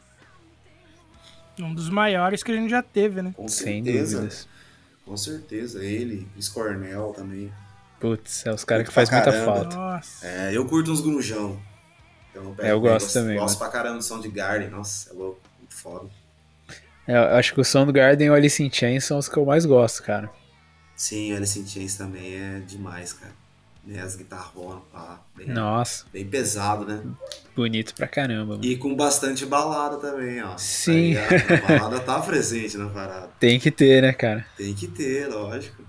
Um dos maiores que a gente já teve, né? Com Sem certeza. dúvidas. Com certeza. Ele, Chris Cornell também. Putz, é os caras que Curto pra faz muita caramba. falta. Nossa. É, eu curto uns grunjão. Então, É, eu bem, gosto também, Gosto mano. pra caramba do Soundgarden. Nossa, é louco. Muito foda. É, eu acho que o Soundgarden e o Alice in Chains são os que eu mais gosto, cara. Sim, Alice in Chains também é demais, cara. Né, as guitarronas, pá. Bem, Nossa, bem pesado, né? bonito pra caramba, mano. E com bastante balada também, ó. Sim. Tá ligado? A balada tá presente na parada. Tem que ter, né, cara? Tem que ter, lógico.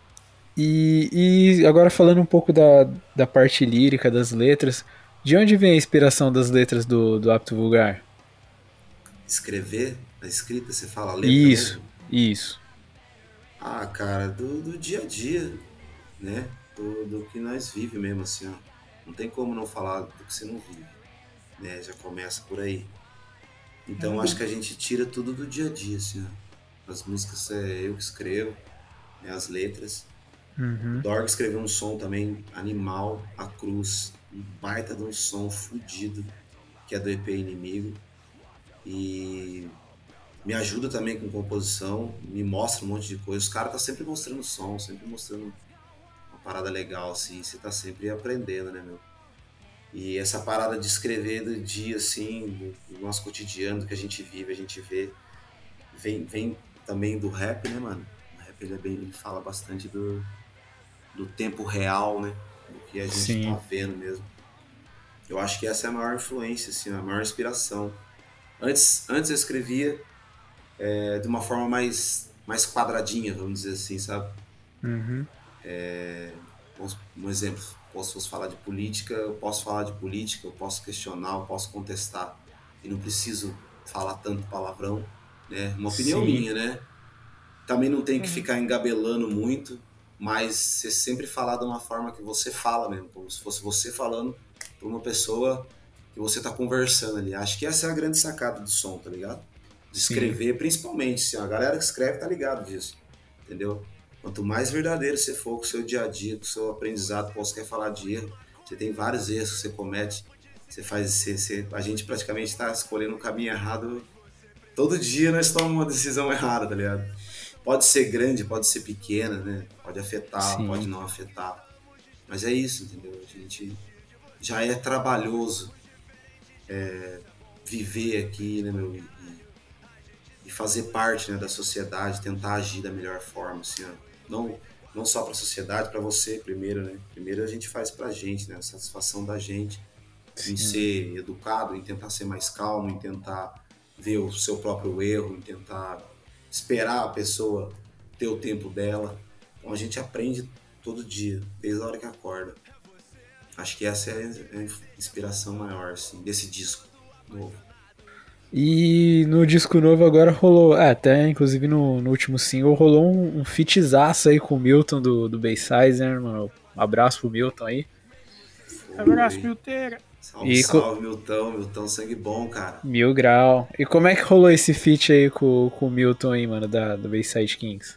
E, e agora falando um pouco da, da parte lírica, das letras, de onde vem a inspiração das letras do, do Apto Vulgar? Escrever, a escrita, você fala a letra Isso, mesmo? isso. Ah, cara, do, do dia a dia, né? Do, do que nós vivemos mesmo, assim, ó. Não tem como não falar do que você não vive, né? Já começa por aí. Então, acho que a gente tira tudo do dia a dia, assim, ó. As músicas é eu que escrevo, né? As letras. Uhum. O Dorg escreveu um som também animal, A Cruz, um baita de um som fudido, que é do E P Inimigo. E me ajuda também com composição, me mostra um monte de coisa. Os caras tá sempre mostrando som, sempre mostrando uma parada legal, assim, você tá sempre aprendendo, né, meu? E essa parada de escrever do dia, assim, do, do nosso cotidiano, do que a gente vive, a gente vê, vem, vem também do rap, né, mano? O rap, ele, é bem, ele fala bastante do, do tempo real, né? Do que a gente Sim. tá vendo mesmo. Eu acho que essa é a maior influência, assim, a maior inspiração. Antes, antes eu escrevia é, de uma forma mais, mais quadradinha, vamos dizer assim, sabe? Uhum. É, um exemplo, posso falar de política, eu posso falar de política, eu posso questionar, eu posso contestar. E não preciso falar tanto palavrão, né? Uma opinião Sim. minha, né? Também não tem que ficar engabelando muito, mas você sempre falar de uma forma que você fala mesmo, como se fosse você falando para uma pessoa que você tá conversando ali. Acho que essa é a grande sacada do som, tá ligado? De escrever, Sim. principalmente. Assim, a galera que escreve tá ligado disso, entendeu? Quanto mais verdadeiro você for com o seu dia a dia, com o seu aprendizado, pô, você quer falar de erro, você tem vários erros que você comete, você faz, você, você, a gente praticamente está escolhendo um caminho errado, todo dia nós tomamos uma decisão errada, tá ligado? Pode ser grande, pode ser pequena, né? Pode afetar, Sim. pode não afetar, mas é isso, entendeu? A gente já é trabalhoso é, viver aqui, né, meu, e, e fazer parte, né, da sociedade, tentar agir da melhor forma, assim, ó. Não, não só para a sociedade, para você primeiro, né? Primeiro a gente faz pra gente, né? A satisfação da gente Sim. em ser educado, em tentar ser mais calmo, em tentar ver o seu próprio erro, em tentar esperar a pessoa ter o tempo dela, Então a gente aprende todo dia, desde a hora que acorda. Acho que essa é a inspiração maior, assim, desse disco novo. E no disco novo agora rolou, é, até inclusive no, no último single, rolou um, um featzaço aí com o Milton do, do Bayside, né, mano? Um abraço pro Milton aí. Foi. Abraço, Milteira. Salve, E salve, co... Milton, Milton, sangue bom, cara. Mil grau. E como é que rolou esse feat aí com, com o Milton aí, mano, da, do Bayside Kings?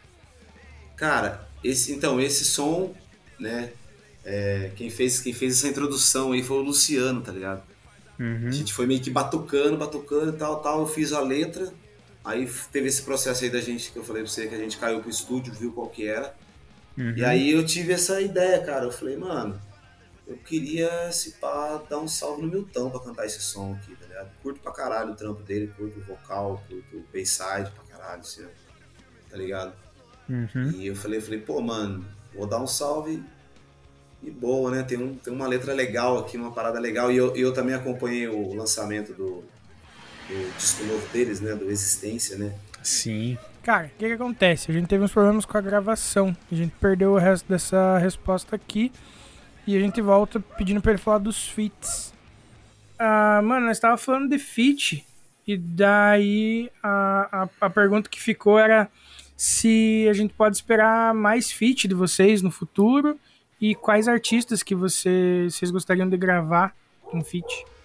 Cara, esse, então, esse som, né, é, quem, fez, quem fez essa introdução aí foi o Luciano, tá ligado? Uhum. A gente foi meio que batucando, batucando e tal, tal. Eu fiz a letra, aí teve esse processo aí da gente, que eu falei pra você, que a gente caiu pro estúdio, viu qual que era. Uhum. E aí eu tive essa ideia, cara. Eu falei, mano, eu queria, se pá, dar um salve no Milton pra cantar esse som aqui, tá ligado? Curto pra caralho o trampo dele, curto o vocal, curto o bayside pra caralho, assim, tá ligado? Uhum. E eu falei, eu falei, pô, mano, vou dar um salve e boa, né? Tem, um, tem uma letra legal aqui, uma parada legal. E eu, eu também acompanhei o lançamento do, do disco novo deles, né? Do Existência, né? Sim. Cara, o que que acontece? A gente teve uns problemas com a gravação. A gente perdeu o resto dessa resposta aqui. E a gente volta pedindo pra ele falar dos feats. Ah, mano, nós tava falando de feat. E daí a, a, a pergunta que ficou era se a gente pode esperar mais feat de vocês no futuro. E quais artistas que você, vocês gostariam de gravar um feat?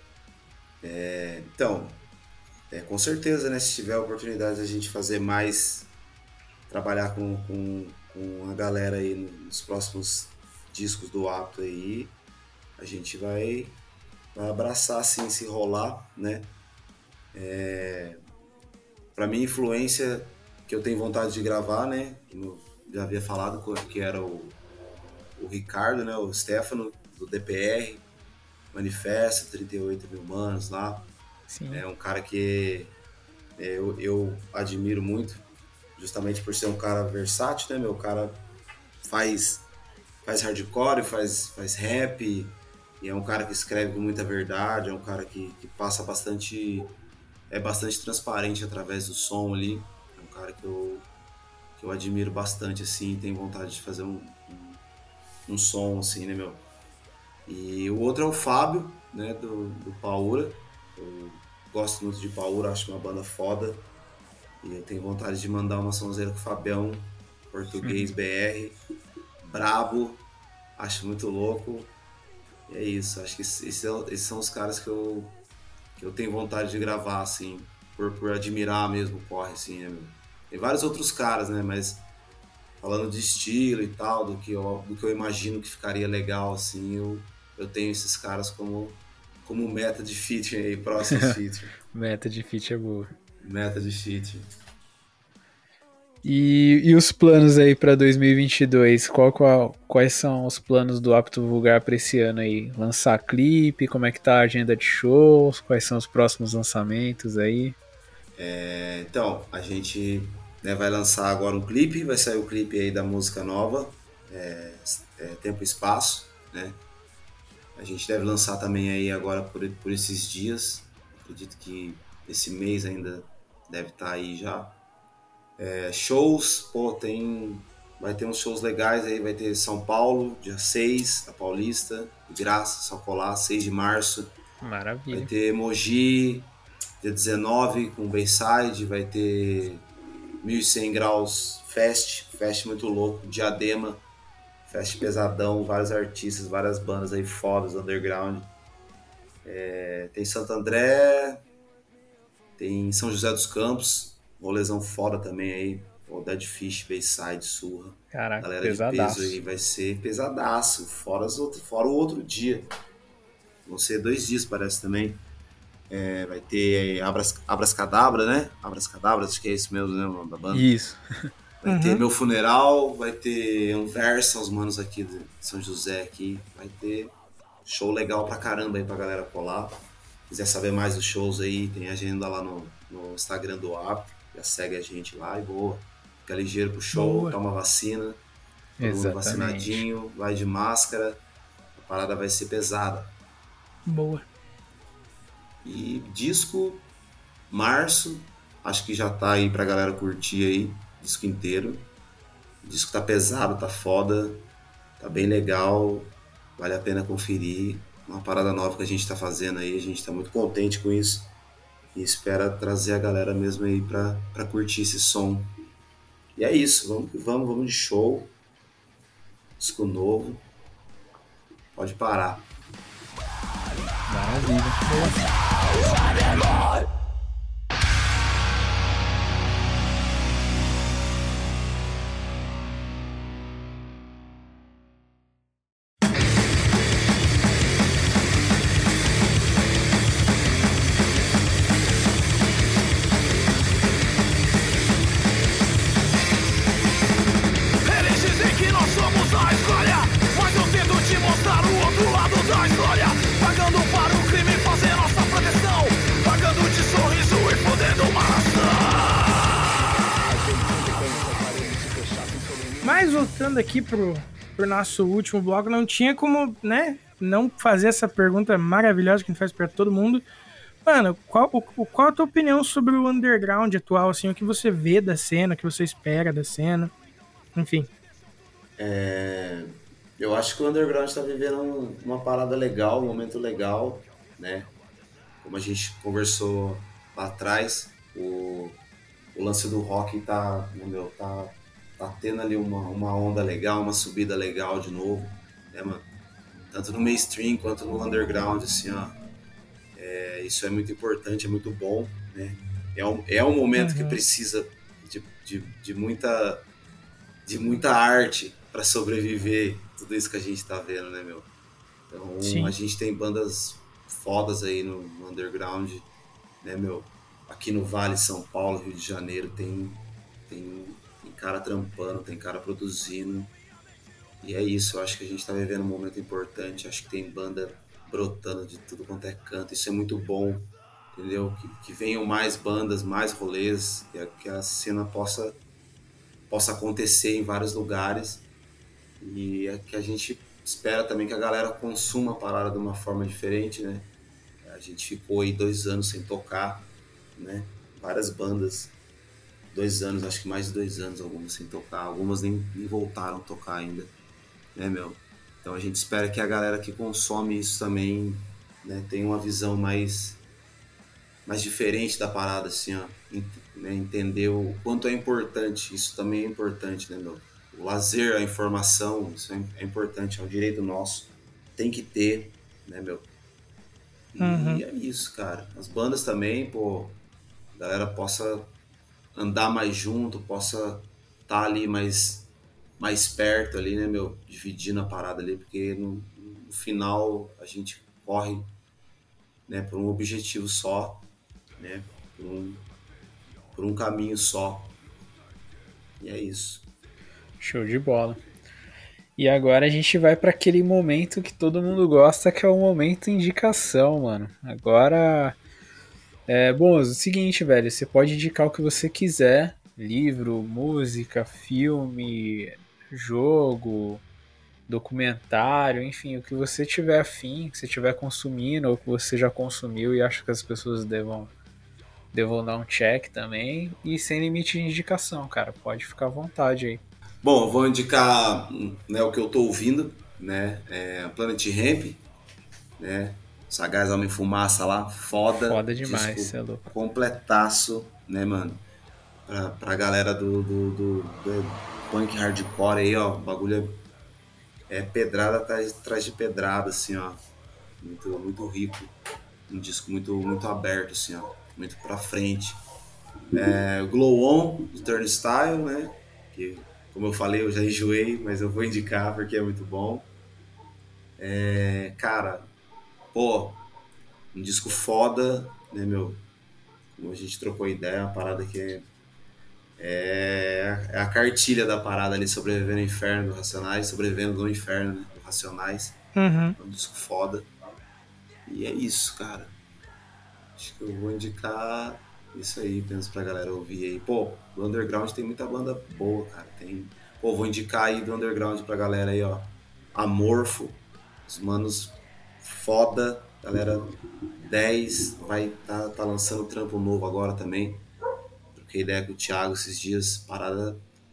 É, então, é, com certeza, né? Se tiver a oportunidade de a gente fazer mais, trabalhar com, com, com a galera aí nos próximos discos do Apto aí, a gente vai, vai abraçar, assim, se rolar, né? É, pra mim, influência que eu tenho vontade de gravar, né? Como eu já havia falado, que era o o Ricardo, né, o Stefano, do D P R, Manifesto, trinta e oito mil manos lá. Sim. É um cara que é, eu, eu admiro muito, justamente por ser um cara versátil, né, meu? O cara faz, faz hardcore, faz, faz rap, e, e é um cara que escreve com muita verdade, é um cara que, que passa bastante, é bastante transparente através do som ali. É um cara que eu, que eu admiro bastante, assim, tenho vontade de fazer um um som, assim, né, meu? E o outro é o Fábio, né, do, do Paura. Eu gosto muito de Paura, acho uma banda foda. E eu tenho vontade de mandar uma sonzeira com o Fabião, português, B R, brabo, acho muito louco. E é isso, acho que esses, esses são os caras que eu, que eu tenho vontade de gravar, assim, por, por admirar mesmo o corre, assim, né, meu? Tem vários outros caras, né, mas falando de estilo e tal, do que eu, do que eu imagino que ficaria legal, assim, eu, eu tenho esses caras como, como meta de feat aí, próximo feat. Meta de feat é boa. Meta de feat. E, e os planos aí pra dois mil e vinte e dois? Qual, qual, quais são os planos do Apto Vulgar pra esse ano aí? Lançar clipe? Como é que tá a agenda de shows? Quais são os próximos lançamentos aí? É, então, a gente... né, vai lançar agora um clipe, vai sair o clipe aí da música nova, é, é, Tempo e Espaço, né? A gente deve lançar também aí agora por, por esses dias, acredito que esse mês ainda deve estar aí já. É, shows, pô, tem, vai ter uns shows legais aí, vai ter São Paulo, dia seis, da Paulista, de graça, só colar, seis de março. Maravilha. Vai ter Mogi, dia dezenove, com Bayside, vai ter mil e cem graus Fest, Fest muito louco, Diadema, Fest pesadão, vários artistas, várias bandas aí fodas, underground. É, tem Santo André, tem São José dos Campos, rolezão foda também aí, o Dead Fish, Bayside, Surra. Caraca, galera pesadaço. de peso aí, vai ser pesadaço, fora, as outras, fora o outro dia. Vão ser dois dias, parece também. É, vai ter Abras, Abras Cadabra, né? Abras Cadabras, acho que é isso mesmo, né? O nome da banda. Isso. Vai Uhum. ter Meu Funeral, vai ter Anversa, os manos aqui de São José aqui. Vai ter show legal pra caramba aí pra galera colar. Quiser saber mais dos shows aí, tem agenda lá no, no Instagram do A P. Já segue a gente lá e boa. Fica ligeiro pro show, Boa. toma vacina. Todo mundo Exatamente. vacinadinho, vai de máscara. A parada vai ser pesada. Boa. E disco, março, acho que já tá aí pra galera curtir aí, disco inteiro. O disco tá pesado, tá foda, tá bem legal, vale a pena conferir. Uma parada nova que a gente tá fazendo aí, a gente tá muito contente com isso. E espera trazer a galera mesmo aí pra, pra curtir esse som. E é isso, vamos que vamos, vamos de show. Disco novo. Pode parar. Maravilha. Eles dizem que nós somos a escolha, mas eu tento te mostrar o outro lado da história. Pagando para o crime fazer nossa proteção, pagando de sorriso e fodendo uma nação. Mas voltando aqui pro, pro nosso último bloco, não tinha como, né, não fazer essa pergunta maravilhosa que a gente faz pra todo mundo. Mano, qual, o, qual a tua opinião sobre o underground atual, assim, o que você vê da cena, o que você espera da cena, enfim. É, eu acho que o underground está vivendo um- uma parada legal, um momento legal, né? Como a gente conversou lá atrás, o, o lance do rock tá, né, meu, tá, tá tendo ali uma, uma onda legal, uma subida legal de novo, né, mano? Tanto no mainstream quanto no underground, assim, ó. É, isso é muito importante, é muito bom, né? É um, é um momento que Uhum. precisa de, de, de muita de muita arte para sobreviver tudo isso que a gente tá vendo, né, meu? Então, Sim. a gente tem bandas fodas aí no, no underground, né, meu? Aqui no Vale, São Paulo, Rio de Janeiro, tem, tem, tem cara trampando, tem cara produzindo. E é isso, eu acho que a gente tá vivendo um momento importante, acho que tem banda brotando de tudo quanto é canto, isso é muito bom, entendeu? Que, que venham mais bandas, mais rolês, que a, que a cena possa possa acontecer em vários lugares e é que a gente espera também que a galera consuma a parada de uma forma diferente, né? A gente ficou aí dois anos sem tocar, né? Várias bandas, dois anos, acho que mais de dois anos algumas sem tocar, algumas nem, nem voltaram a tocar ainda, né, meu? Então a gente espera que a galera que consome isso também, né, tenha uma visão mais mais diferente da parada, assim, ó, ent- né, entender o quanto é importante, isso também é importante, né, meu? O lazer, a informação, isso é, é importante, é um direito nosso, tem que ter, né, meu? E Uhum. é isso, cara. As bandas também, pô, a galera possa andar mais junto, possa estar ali mais, mais perto ali, né, meu? Dividindo a parada ali, porque no, no final a gente corre, né, por um objetivo só, né? Por um, por um caminho só. E é isso. Show de bola. E agora a gente vai para aquele momento que todo mundo gosta, que é o momento indicação, mano. Agora, é bom, é o seguinte, velho, você pode indicar o que você quiser, livro, música, filme, jogo, documentário, enfim, o que você tiver afim, que você estiver consumindo ou que você já consumiu e acha que as pessoas devam devam dar um check também e sem limite de indicação, cara. Pode ficar à vontade aí. Bom, eu vou indicar, né, o que eu tô ouvindo, né? É Planet Hemp, né? Sagaz Homem Fumaça lá, foda. Foda demais, Disco cê é louco. completaço, né, mano? Pra, pra galera do, do, do, do punk hardcore aí, ó. O bagulho é, é pedrada atrás, atrás de pedrada, assim, ó. Muito, muito rico. Um disco muito, muito aberto, assim, ó. Muito pra frente. É, Glow On, do Turnstile, né? Que, como eu falei, eu já enjoei, mas eu vou indicar porque é muito bom. É, cara, pô, um disco foda, né, meu? Como a gente trocou ideia, uma parada que é, é, é a cartilha da parada ali, Sobrevivendo no Inferno do Racionais, Sobrevivendo no Inferno, né, do Racionais. Uhum. É um disco foda. E é isso, cara. Acho que eu vou indicar isso aí, penso pra galera ouvir aí. Pô, do Underground tem muita banda boa, cara. Tem... Pô, vou indicar aí do Underground pra galera aí, ó. Amorfo, os manos foda, galera dez, vai tá, tá lançando trampo novo agora também. Troquei ideia com o Thiago esses dias, parada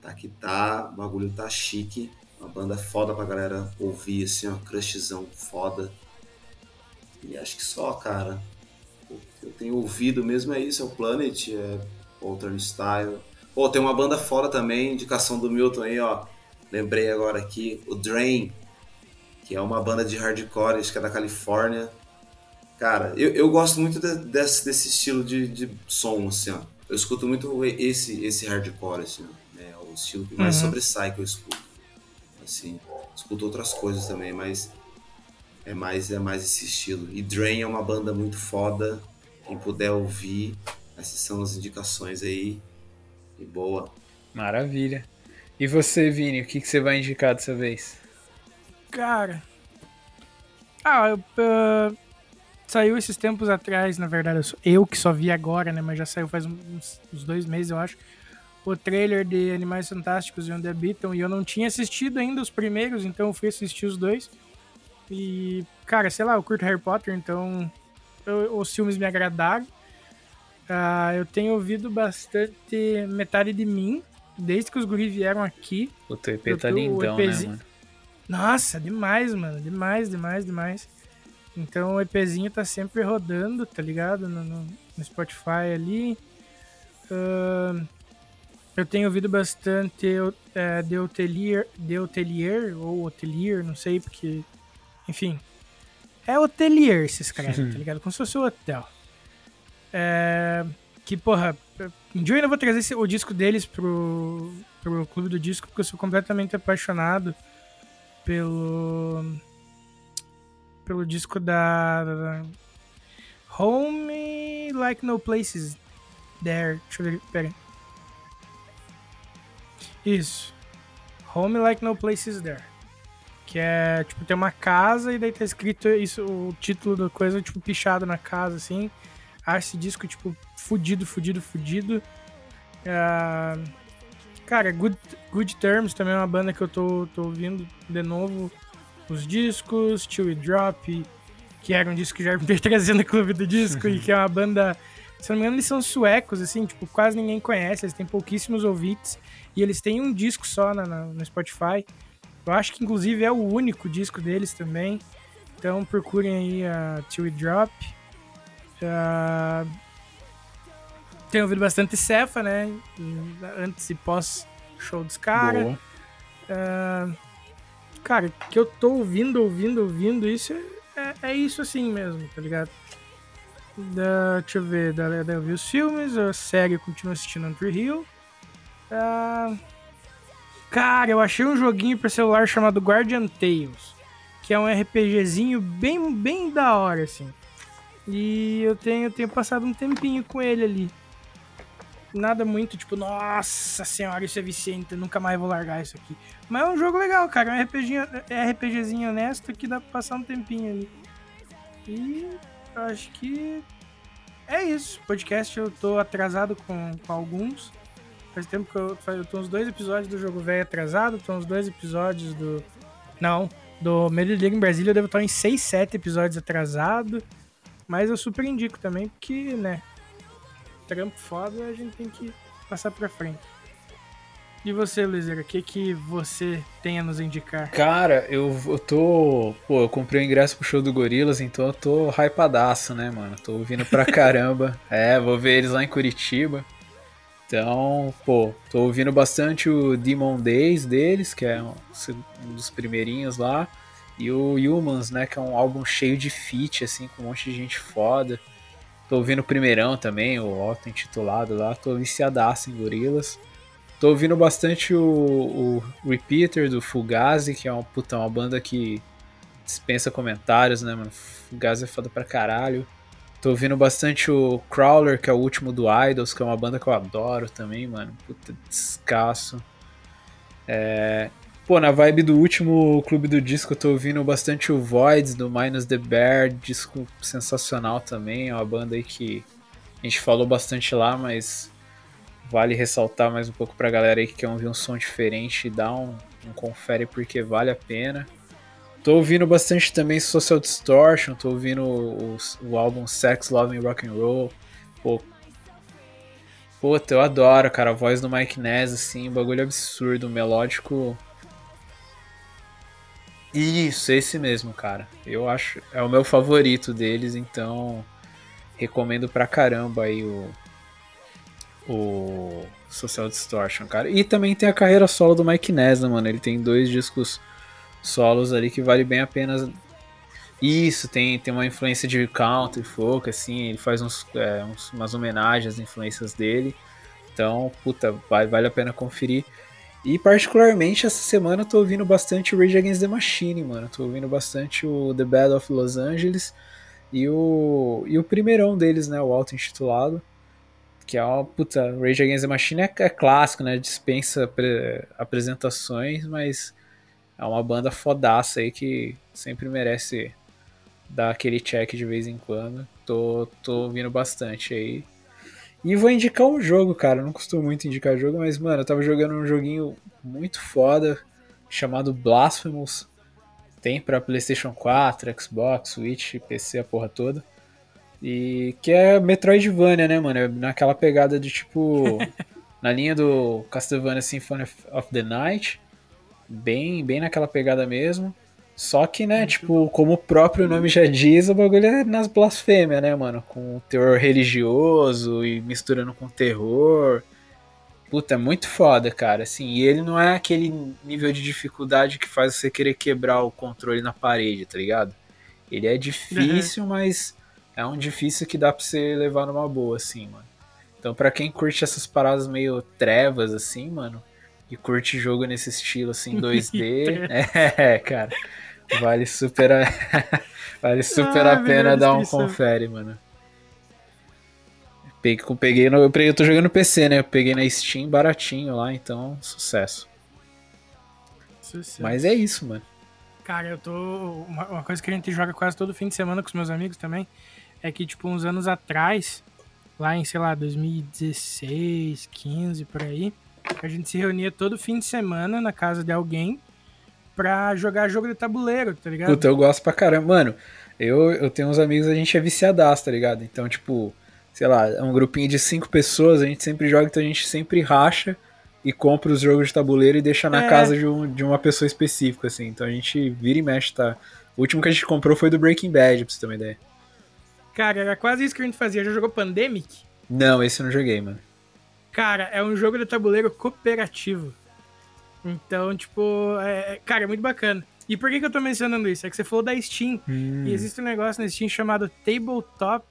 Tá que tá, o bagulho tá chique. Uma banda foda pra galera ouvir, assim, ó, crushzão foda. E acho que só, cara. O que eu tenho ouvido mesmo é isso, é o Planet, é o Turnstile. Pô, tem uma banda foda também, indicação do Milton aí, ó. Lembrei agora aqui, o Drain, que é uma banda de hardcore, acho que é da Califórnia. Cara, eu, eu gosto muito de, desse, desse estilo de, de som, assim, ó. Eu escuto muito esse, esse hardcore, assim, ó. É o estilo que mais Uhum. sobressai que eu escuto. Assim, escuto outras coisas também, mas é mais, é mais esse estilo. E Drain é uma banda muito foda. Quem puder ouvir, essas são as indicações aí. E boa. Maravilha. E você, Vini, o que, que você vai indicar dessa vez? Cara. Ah, eu, uh, saiu esses tempos atrás, na verdade. Eu, sou, eu que só vi agora, né? Mas já saiu faz uns, uns dois meses, eu acho. O trailer de Animais Fantásticos e Onde Habitam. E eu não tinha assistido ainda os primeiros, então eu fui assistir os dois. E, cara, sei lá, eu curto Harry Potter, então eu, os filmes me agradaram. Uh, eu tenho ouvido bastante Metade de Mim, desde que os guri vieram aqui. O teu E P tá Eu tô- o lindão, né, EPzinho mano? Nossa, demais, mano. Demais, demais, demais. Então o EPzinho tá sempre rodando, tá ligado? No, no- no Spotify ali. Ahn, eu tenho ouvido bastante é, The Hotelier, The Hotelier, ou Hotelier, não sei, porque... Enfim. É Hotelier se escreve, tá ligado? Como se fosse o hotel. É, que, porra... Um dia eu ainda vou trazer esse- o disco deles pro, pro Clube do Disco, porque eu sou completamente apaixonado pelo pelo disco da, da Home Like No Places There. Deixa eu ver, pera aí. Isso. Home Like No Places There. Que é, tipo, tem uma casa e daí tá escrito isso, o título da coisa, tipo, pichado na casa, assim. Ah, esse disco, tipo, fudido, fudido, fudido. Ah, cara, Good, Good Terms também é uma banda que eu tô, tô ouvindo de novo os discos. Till We Drop, que era um disco que já me trazendo no Clube do Disco, e que é uma banda, se não me engano, eles são suecos, assim, tipo, quase ninguém conhece, eles têm pouquíssimos ouvintes, e eles têm um disco só na, na- no Spotify. Eu acho que, inclusive, é o único disco deles também. Então, procurem aí a Till We Drop. Ah, tenho ouvido bastante Cefa, né? Antes e pós show dos caras. Boa. Ah, cara, que eu tô ouvindo, ouvindo, ouvindo, isso é, é, é isso assim mesmo, tá ligado? Da, deixa eu ver, da, da, eu vi os filmes, a série eu continuo assistindo One Tree Hill. Ah, cara, eu achei um joguinho pra celular chamado Guardian Tales, que é um RPGzinho bem, bem da hora, assim. E eu tenho, tenho passado um tempinho com ele ali. Nada muito, tipo, nossa senhora, isso é viciante, eu nunca mais vou largar isso aqui. Mas é um jogo legal, cara, é um RPGinho, é RPGzinho honesto que dá pra passar um tempinho ali. E eu acho que é isso. Podcast eu tô atrasado com, com alguns. Faz tempo que eu, faz- eu tô uns dois episódios do Jogo Velho atrasado, tô uns dois episódios do... Não, do Medo de Liga em Brasília eu devo estar em seis, sete episódios atrasado. Mas eu super indico também, porque, né, trampo foda, a gente tem que passar pra frente. E você, Luizera, o que, que você tem a nos indicar? Cara, eu, eu tô... Pô, eu comprei o ingresso pro show do Gorillaz, então eu tô hypadaço, né, mano? Tô ouvindo pra caramba. É, vou ver eles lá em Curitiba. Então, pô, tô ouvindo bastante o Demon Days deles, que é um, um dos primeirinhos lá. E o Humans, né, que é um álbum cheio de feat, assim, com um monte de gente foda. Tô ouvindo o primeirão também, o auto-intitulado lá. Tô viciadaço em Gorillaz. Tô ouvindo bastante o, o Repeater do Fugazi, que é uma, puta, uma banda que dispensa comentários, né, mano? Fugazi é foda pra caralho. Tô ouvindo bastante o Crawler, que é o último do Idols, que é uma banda que eu adoro também, mano. Puta, descasso. É... Pô, na vibe do último Clube do Disco, eu tô ouvindo bastante o Voids, do Minus the Bear, disco sensacional também. É uma banda aí que a gente falou bastante lá, mas vale ressaltar mais um pouco pra galera aí que quer ouvir um som diferente, dá um, um confere porque vale a pena. Tô ouvindo bastante também Social Distortion, tô ouvindo o, o, o álbum Sex, Love and Rock and Roll. Pô, Puta, eu adoro, cara, a voz do Mike Ness, assim, um bagulho absurdo, melódico. Isso, esse mesmo, cara. Eu acho, é o meu favorito deles, então recomendo pra caramba aí o, o Social Distortion, cara. E também tem a carreira solo do Mike Ness, né, mano? Ele tem dois discos solos ali que vale bem a pena. Isso, tem, tem uma influência de country, folk, assim, ele faz uns, é, uns, umas homenagens às influências dele. Então, puta, vale, vale a pena conferir. E particularmente essa semana eu tô ouvindo bastante o Rage Against the Machine, mano. Tô ouvindo bastante o The Battle of Los Angeles e o, e o primeirão deles, né, o auto-intitulado. Que é uma, puta, Rage Against the Machine é, é clássico, né, dispensa pre, apresentações, mas é uma banda fodaça aí que sempre merece dar aquele check de vez em quando. Tô, tô ouvindo bastante aí. E vou indicar um jogo, cara. Eu não costumo muito indicar jogo, mas, mano, eu tava jogando um joguinho muito foda chamado Blasphemous. Tem pra PlayStation quatro, Xbox, Switch, P C, a porra toda. E que é Metroidvania, né, mano? É naquela pegada de tipo. Na linha do Castlevania Symphony of the Night. Bem, bem naquela pegada mesmo. Só que, né, tipo, como o próprio nome já diz, o bagulho é nas blasfêmias, né, mano? Com terror religioso e misturando com terror. Puta, é muito foda, cara, assim. E ele não é aquele nível de dificuldade que faz você querer quebrar o controle na parede, tá ligado? Ele é difícil, uhum. mas é um difícil que dá pra você levar numa boa, assim, mano. Então, pra quem curte essas paradas meio trevas, assim, mano, e curte jogo nesse estilo, assim, dois D, é, cara... Vale super a, vale super ah, a pena dar um confere, mano. Peguei, peguei no, eu, peguei, eu tô jogando no P C, né? Eu peguei na Steam baratinho lá, então sucesso. sucesso. Mas é isso, mano. Cara, eu tô... Uma, uma coisa que a gente joga quase todo fim de semana com os meus amigos também é que, tipo, uns anos atrás, lá em, sei lá, dois mil e dezesseis, quinze, por aí, a gente se reunia todo fim de semana na casa de alguém pra jogar jogo de tabuleiro, tá ligado? Puta, eu gosto pra caramba. Mano, eu, eu tenho uns amigos, a gente é viciadaço, tá ligado? Então, tipo, sei lá, é um grupinho de cinco pessoas, a gente sempre joga, então a gente sempre racha e compra os jogos de tabuleiro e deixa na é. casa de, um, de uma pessoa específica, assim. Então a gente vira e mexe, tá? O último que a gente comprou foi do Breaking Bad, pra você ter uma ideia. Cara, era quase isso que a gente fazia. Já jogou Pandemic? Não, esse eu não joguei, mano. Cara, é um jogo de tabuleiro cooperativo. Então, tipo, é, cara, é muito bacana. E por que que eu tô mencionando isso? É que você falou da Steam. Hum. E existe um negócio na Steam chamado Tabletop...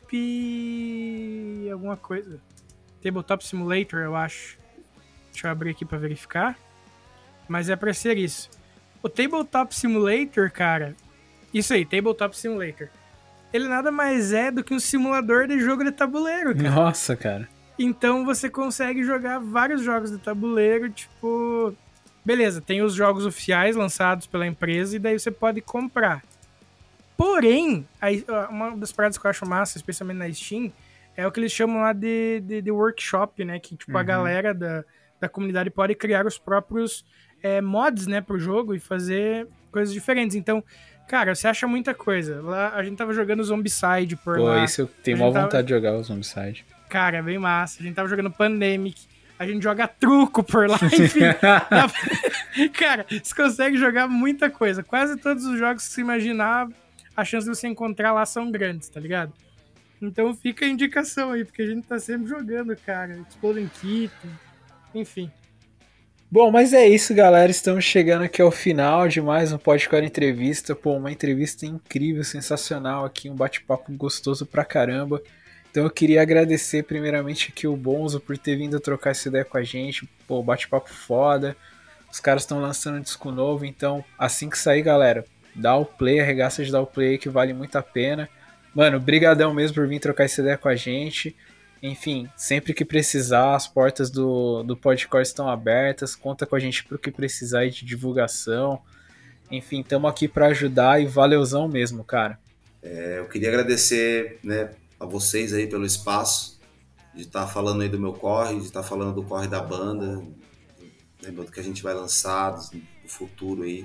alguma coisa. Tabletop Simulator, eu acho. Deixa eu abrir aqui pra verificar. Mas é pra ser isso. O Tabletop Simulator, cara... Isso aí, Tabletop Simulator. Ele nada mais é do que um simulador de jogo de tabuleiro, cara. Nossa, cara. Então você consegue jogar vários jogos de tabuleiro, tipo... Beleza, tem os jogos oficiais lançados pela empresa e daí você pode comprar. Porém, uma das paradas que eu acho massa, especialmente na Steam, é o que eles chamam lá de, de, de workshop, né? Que tipo, uhum. a galera da, da comunidade pode criar os próprios é, mods, né, pro jogo e fazer coisas diferentes. Então, cara, você acha muita coisa. Lá a gente tava jogando Zombicide por Pô, lá. Pô, isso eu tenho maior vontade tava... de jogar o Zombicide. Cara, é bem massa. A gente tava jogando Pandemic. A gente joga truco por lá, enfim. dá... Cara, você consegue jogar muita coisa. Quase todos os jogos que você imaginar, a chance de você encontrar lá são grandes, tá ligado? Então fica a indicação aí, porque a gente tá sempre jogando, cara. Exploding Kitten, enfim. Bom, mas é isso, galera. Estamos chegando aqui ao final de mais um Podcast Entrevista. Pô, uma entrevista incrível, sensacional aqui, um bate-papo gostoso pra caramba. Então eu queria agradecer primeiramente aqui o Bonzo por ter vindo trocar essa ideia com a gente. Pô, bate-papo foda. Os caras estão lançando um disco novo, então assim que sair, galera, dá o play, arregaça de dar o play que vale muito a pena. Mano, brigadão mesmo por vir trocar essa ideia com a gente. Enfim, sempre que precisar, as portas do, do podcast estão abertas. Conta com a gente pro que precisar de divulgação. Enfim, estamos aqui para ajudar e valeuzão mesmo, cara. É, eu queria agradecer, né, a vocês aí pelo espaço, de estar tá falando aí do meu corre, de estar tá falando do corre da banda, lembrando do que a gente vai lançar no futuro aí.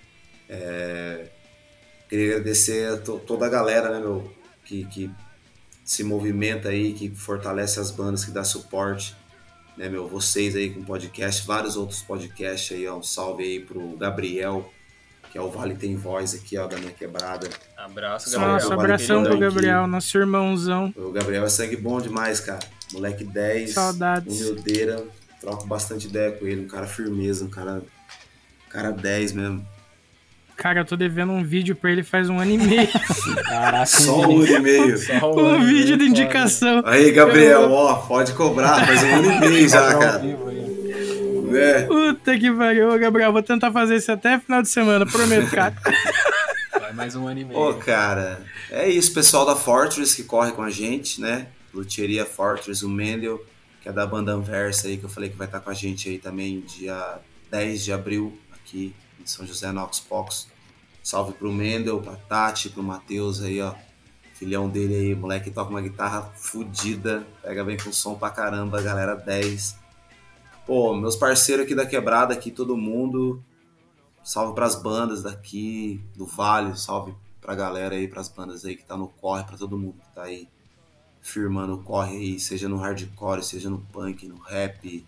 É, queria agradecer a to, toda a galera, né, meu, que, que se movimenta aí, que fortalece as bandas, que dá suporte. né, meu, vocês aí com podcast, vários outros podcasts aí, ó, um salve aí pro Gabriel, que é o Vale Tem Voz aqui, ó, da minha quebrada. Abraço, Salve, Gabriel. Nossa, Vale abração Tem pro Voz Gabriel, aqui. nosso irmãozão. O Gabriel é sangue bom demais, cara. Moleque dez, Saudades. humildeira, troco bastante ideia com ele, um cara firmeza, um cara, cara dez mesmo. Cara, eu tô devendo um vídeo pra ele faz um ano e meio. Caraca, Só um ano e meio. Só um ano e vídeo de meio, indicação. Aí, Gabriel, ó, pode cobrar, faz um ano e meio já, foda. cara. Ao vivo aí. É. Puta que pariu, Gabriel. Vou tentar fazer isso até final de semana, prometo, cara. Vai mais um ano e meio. Ô, cara, é isso, pessoal da Fortress que corre com a gente, né? Luthieria Fortress, o Mendel, que é da banda Anversa aí, que eu falei que vai estar com a gente aí também dia dez de abril, aqui em São José, Nox Pocos. Salve pro Mendel, pra Tati, pro Matheus aí, ó. Filhão dele aí, moleque toca uma guitarra fodida, pega bem com som pra caramba, galera dez. Pô, meus parceiros aqui da Quebrada, aqui todo mundo. Salve pras bandas daqui, do Vale, salve pra galera aí, pras bandas aí que tá no corre, pra todo mundo que tá aí firmando o corre aí, seja no hardcore, seja no punk, no rap,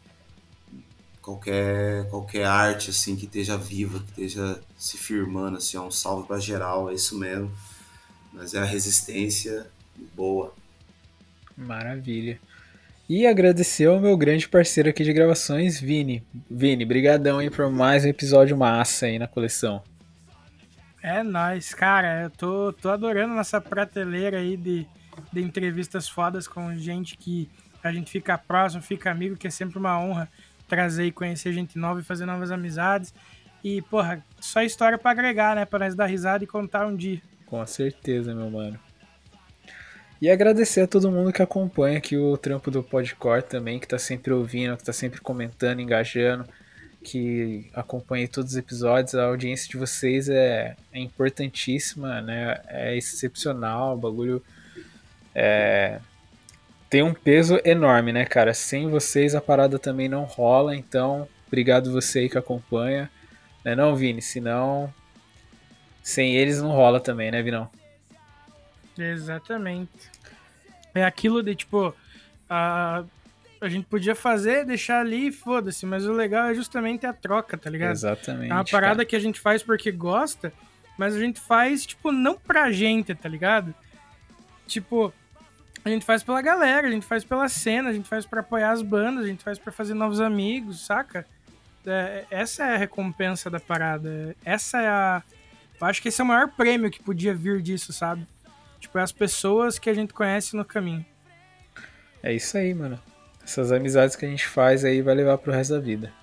qualquer, qualquer arte assim que esteja viva, que esteja se firmando, assim, ó, um salve pra geral, é isso mesmo. Mas é a resistência boa. Maravilha. E agradecer ao meu grande parceiro aqui de gravações, Vini. Vini, brigadão aí por mais um episódio massa aí na coleção. É nóis, cara. Eu tô, tô adorando nossa prateleira aí de, de entrevistas fodas com gente que a gente fica próximo, fica amigo, que é sempre uma honra trazer e conhecer gente nova e fazer novas amizades. E, porra, só história pra agregar, né? Pra nós dar risada e contar um dia. Com certeza, meu mano. E agradecer a todo mundo que acompanha aqui o trampo do Podcore também, que tá sempre ouvindo, que tá sempre comentando, engajando, que acompanha todos os episódios. A audiência de vocês é, é importantíssima, né? É excepcional, o bagulho é, tem um peso enorme, né, cara? Sem vocês a parada também não rola, então obrigado você aí que acompanha. Não é não, Vini? Senão, sem eles não rola também, né, Vinão? Exatamente. É aquilo de, tipo, a, a gente podia fazer, deixar ali e foda-se, mas o legal é justamente a troca, tá ligado? Exatamente. É uma parada cara. que a gente faz porque gosta, mas a gente faz, tipo, não pra gente, tá ligado? Tipo, a gente faz pela galera, a gente faz pela cena, a gente faz pra apoiar as bandas, a gente faz pra fazer novos amigos, saca? É, essa é a recompensa da parada. Essa é a... Eu acho que esse é o maior prêmio que podia vir disso, sabe? Tipo, é as pessoas que a gente conhece no caminho. É isso aí, mano. Essas amizades que a gente faz aí vai levar pro resto da vida.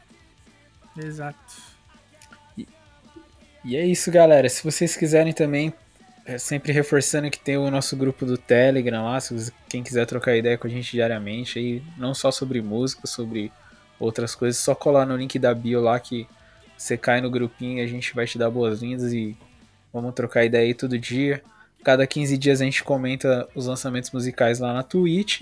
Exato. E, e é isso, galera. Se vocês quiserem também, é sempre reforçando que tem o nosso grupo do Telegram lá, se você, quem quiser trocar ideia com a gente diariamente, aí, não só sobre música, sobre outras coisas, só colar no link da bio lá que você cai no grupinho e a gente vai te dar boas-vindas e vamos trocar ideia aí todo dia. Cada quinze dias a gente comenta os lançamentos musicais lá na Twitch.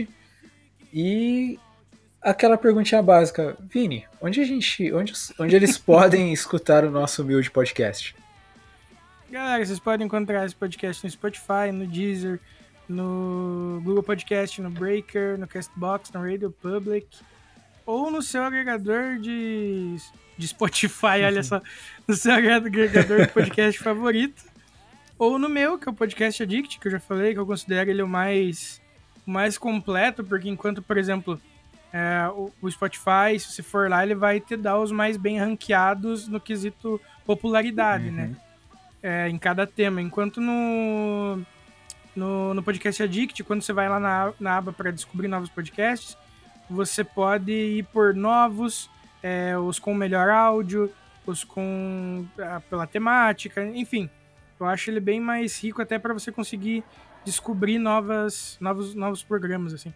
E aquela perguntinha básica, Vini, onde a gente, onde, onde eles podem escutar o nosso humilde podcast? Galera, vocês podem encontrar esse podcast no Spotify, no Deezer, no Google Podcast, no Breaker, no Castbox, no Radio Public, ou no seu agregador de, de Spotify, olha só, no seu agregador de podcast favorito. Ou no meu, que é o Podcast Addict, que eu já falei, que eu considero ele o mais, o mais completo, porque enquanto, por exemplo, é, o, o Spotify, se você for lá, ele vai te dar os mais bem ranqueados no quesito popularidade, uhum. né? É, em cada tema. Enquanto no, no, no Podcast Addict, quando você vai lá na, na aba para descobrir novos podcasts, você pode ir por novos, é, os com melhor áudio, os com a, pela temática, enfim. Eu acho ele bem mais rico até para você conseguir descobrir novas, novos, novos programas, assim.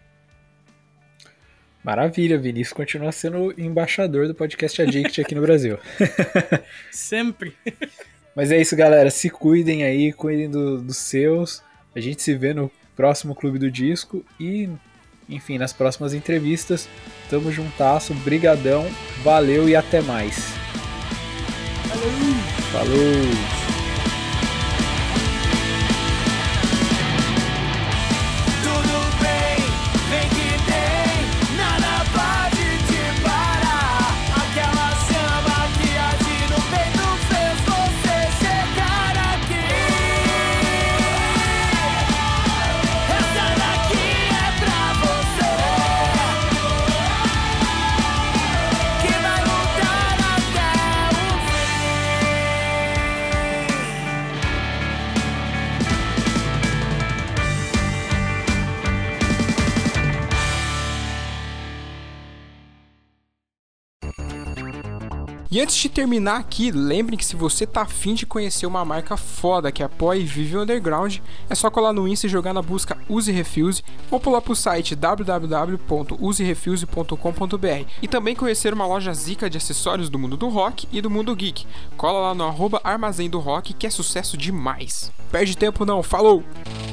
Maravilha, Vinícius continua sendo o embaixador do Podcast Addict aqui no Brasil. Sempre. Mas é isso, galera. Se cuidem aí, cuidem do, dos seus. A gente se vê no próximo Clube do Disco e, enfim, nas próximas entrevistas. Tamo juntasso, brigadão, valeu e até mais. Valeu! Falou! Tudo bem, vem que tem, nada pode E antes de terminar aqui, lembrem que se você tá afim de conhecer uma marca foda que apoia e vive o underground, é só colar no Insta e jogar na busca Use Refuse ou pular pro site w w w ponto use refuse ponto com ponto b r e também conhecer uma loja zica de acessórios do mundo do rock e do mundo geek. Cola lá no arroba Armazém do Rock que é sucesso demais. Perde tempo não, falou!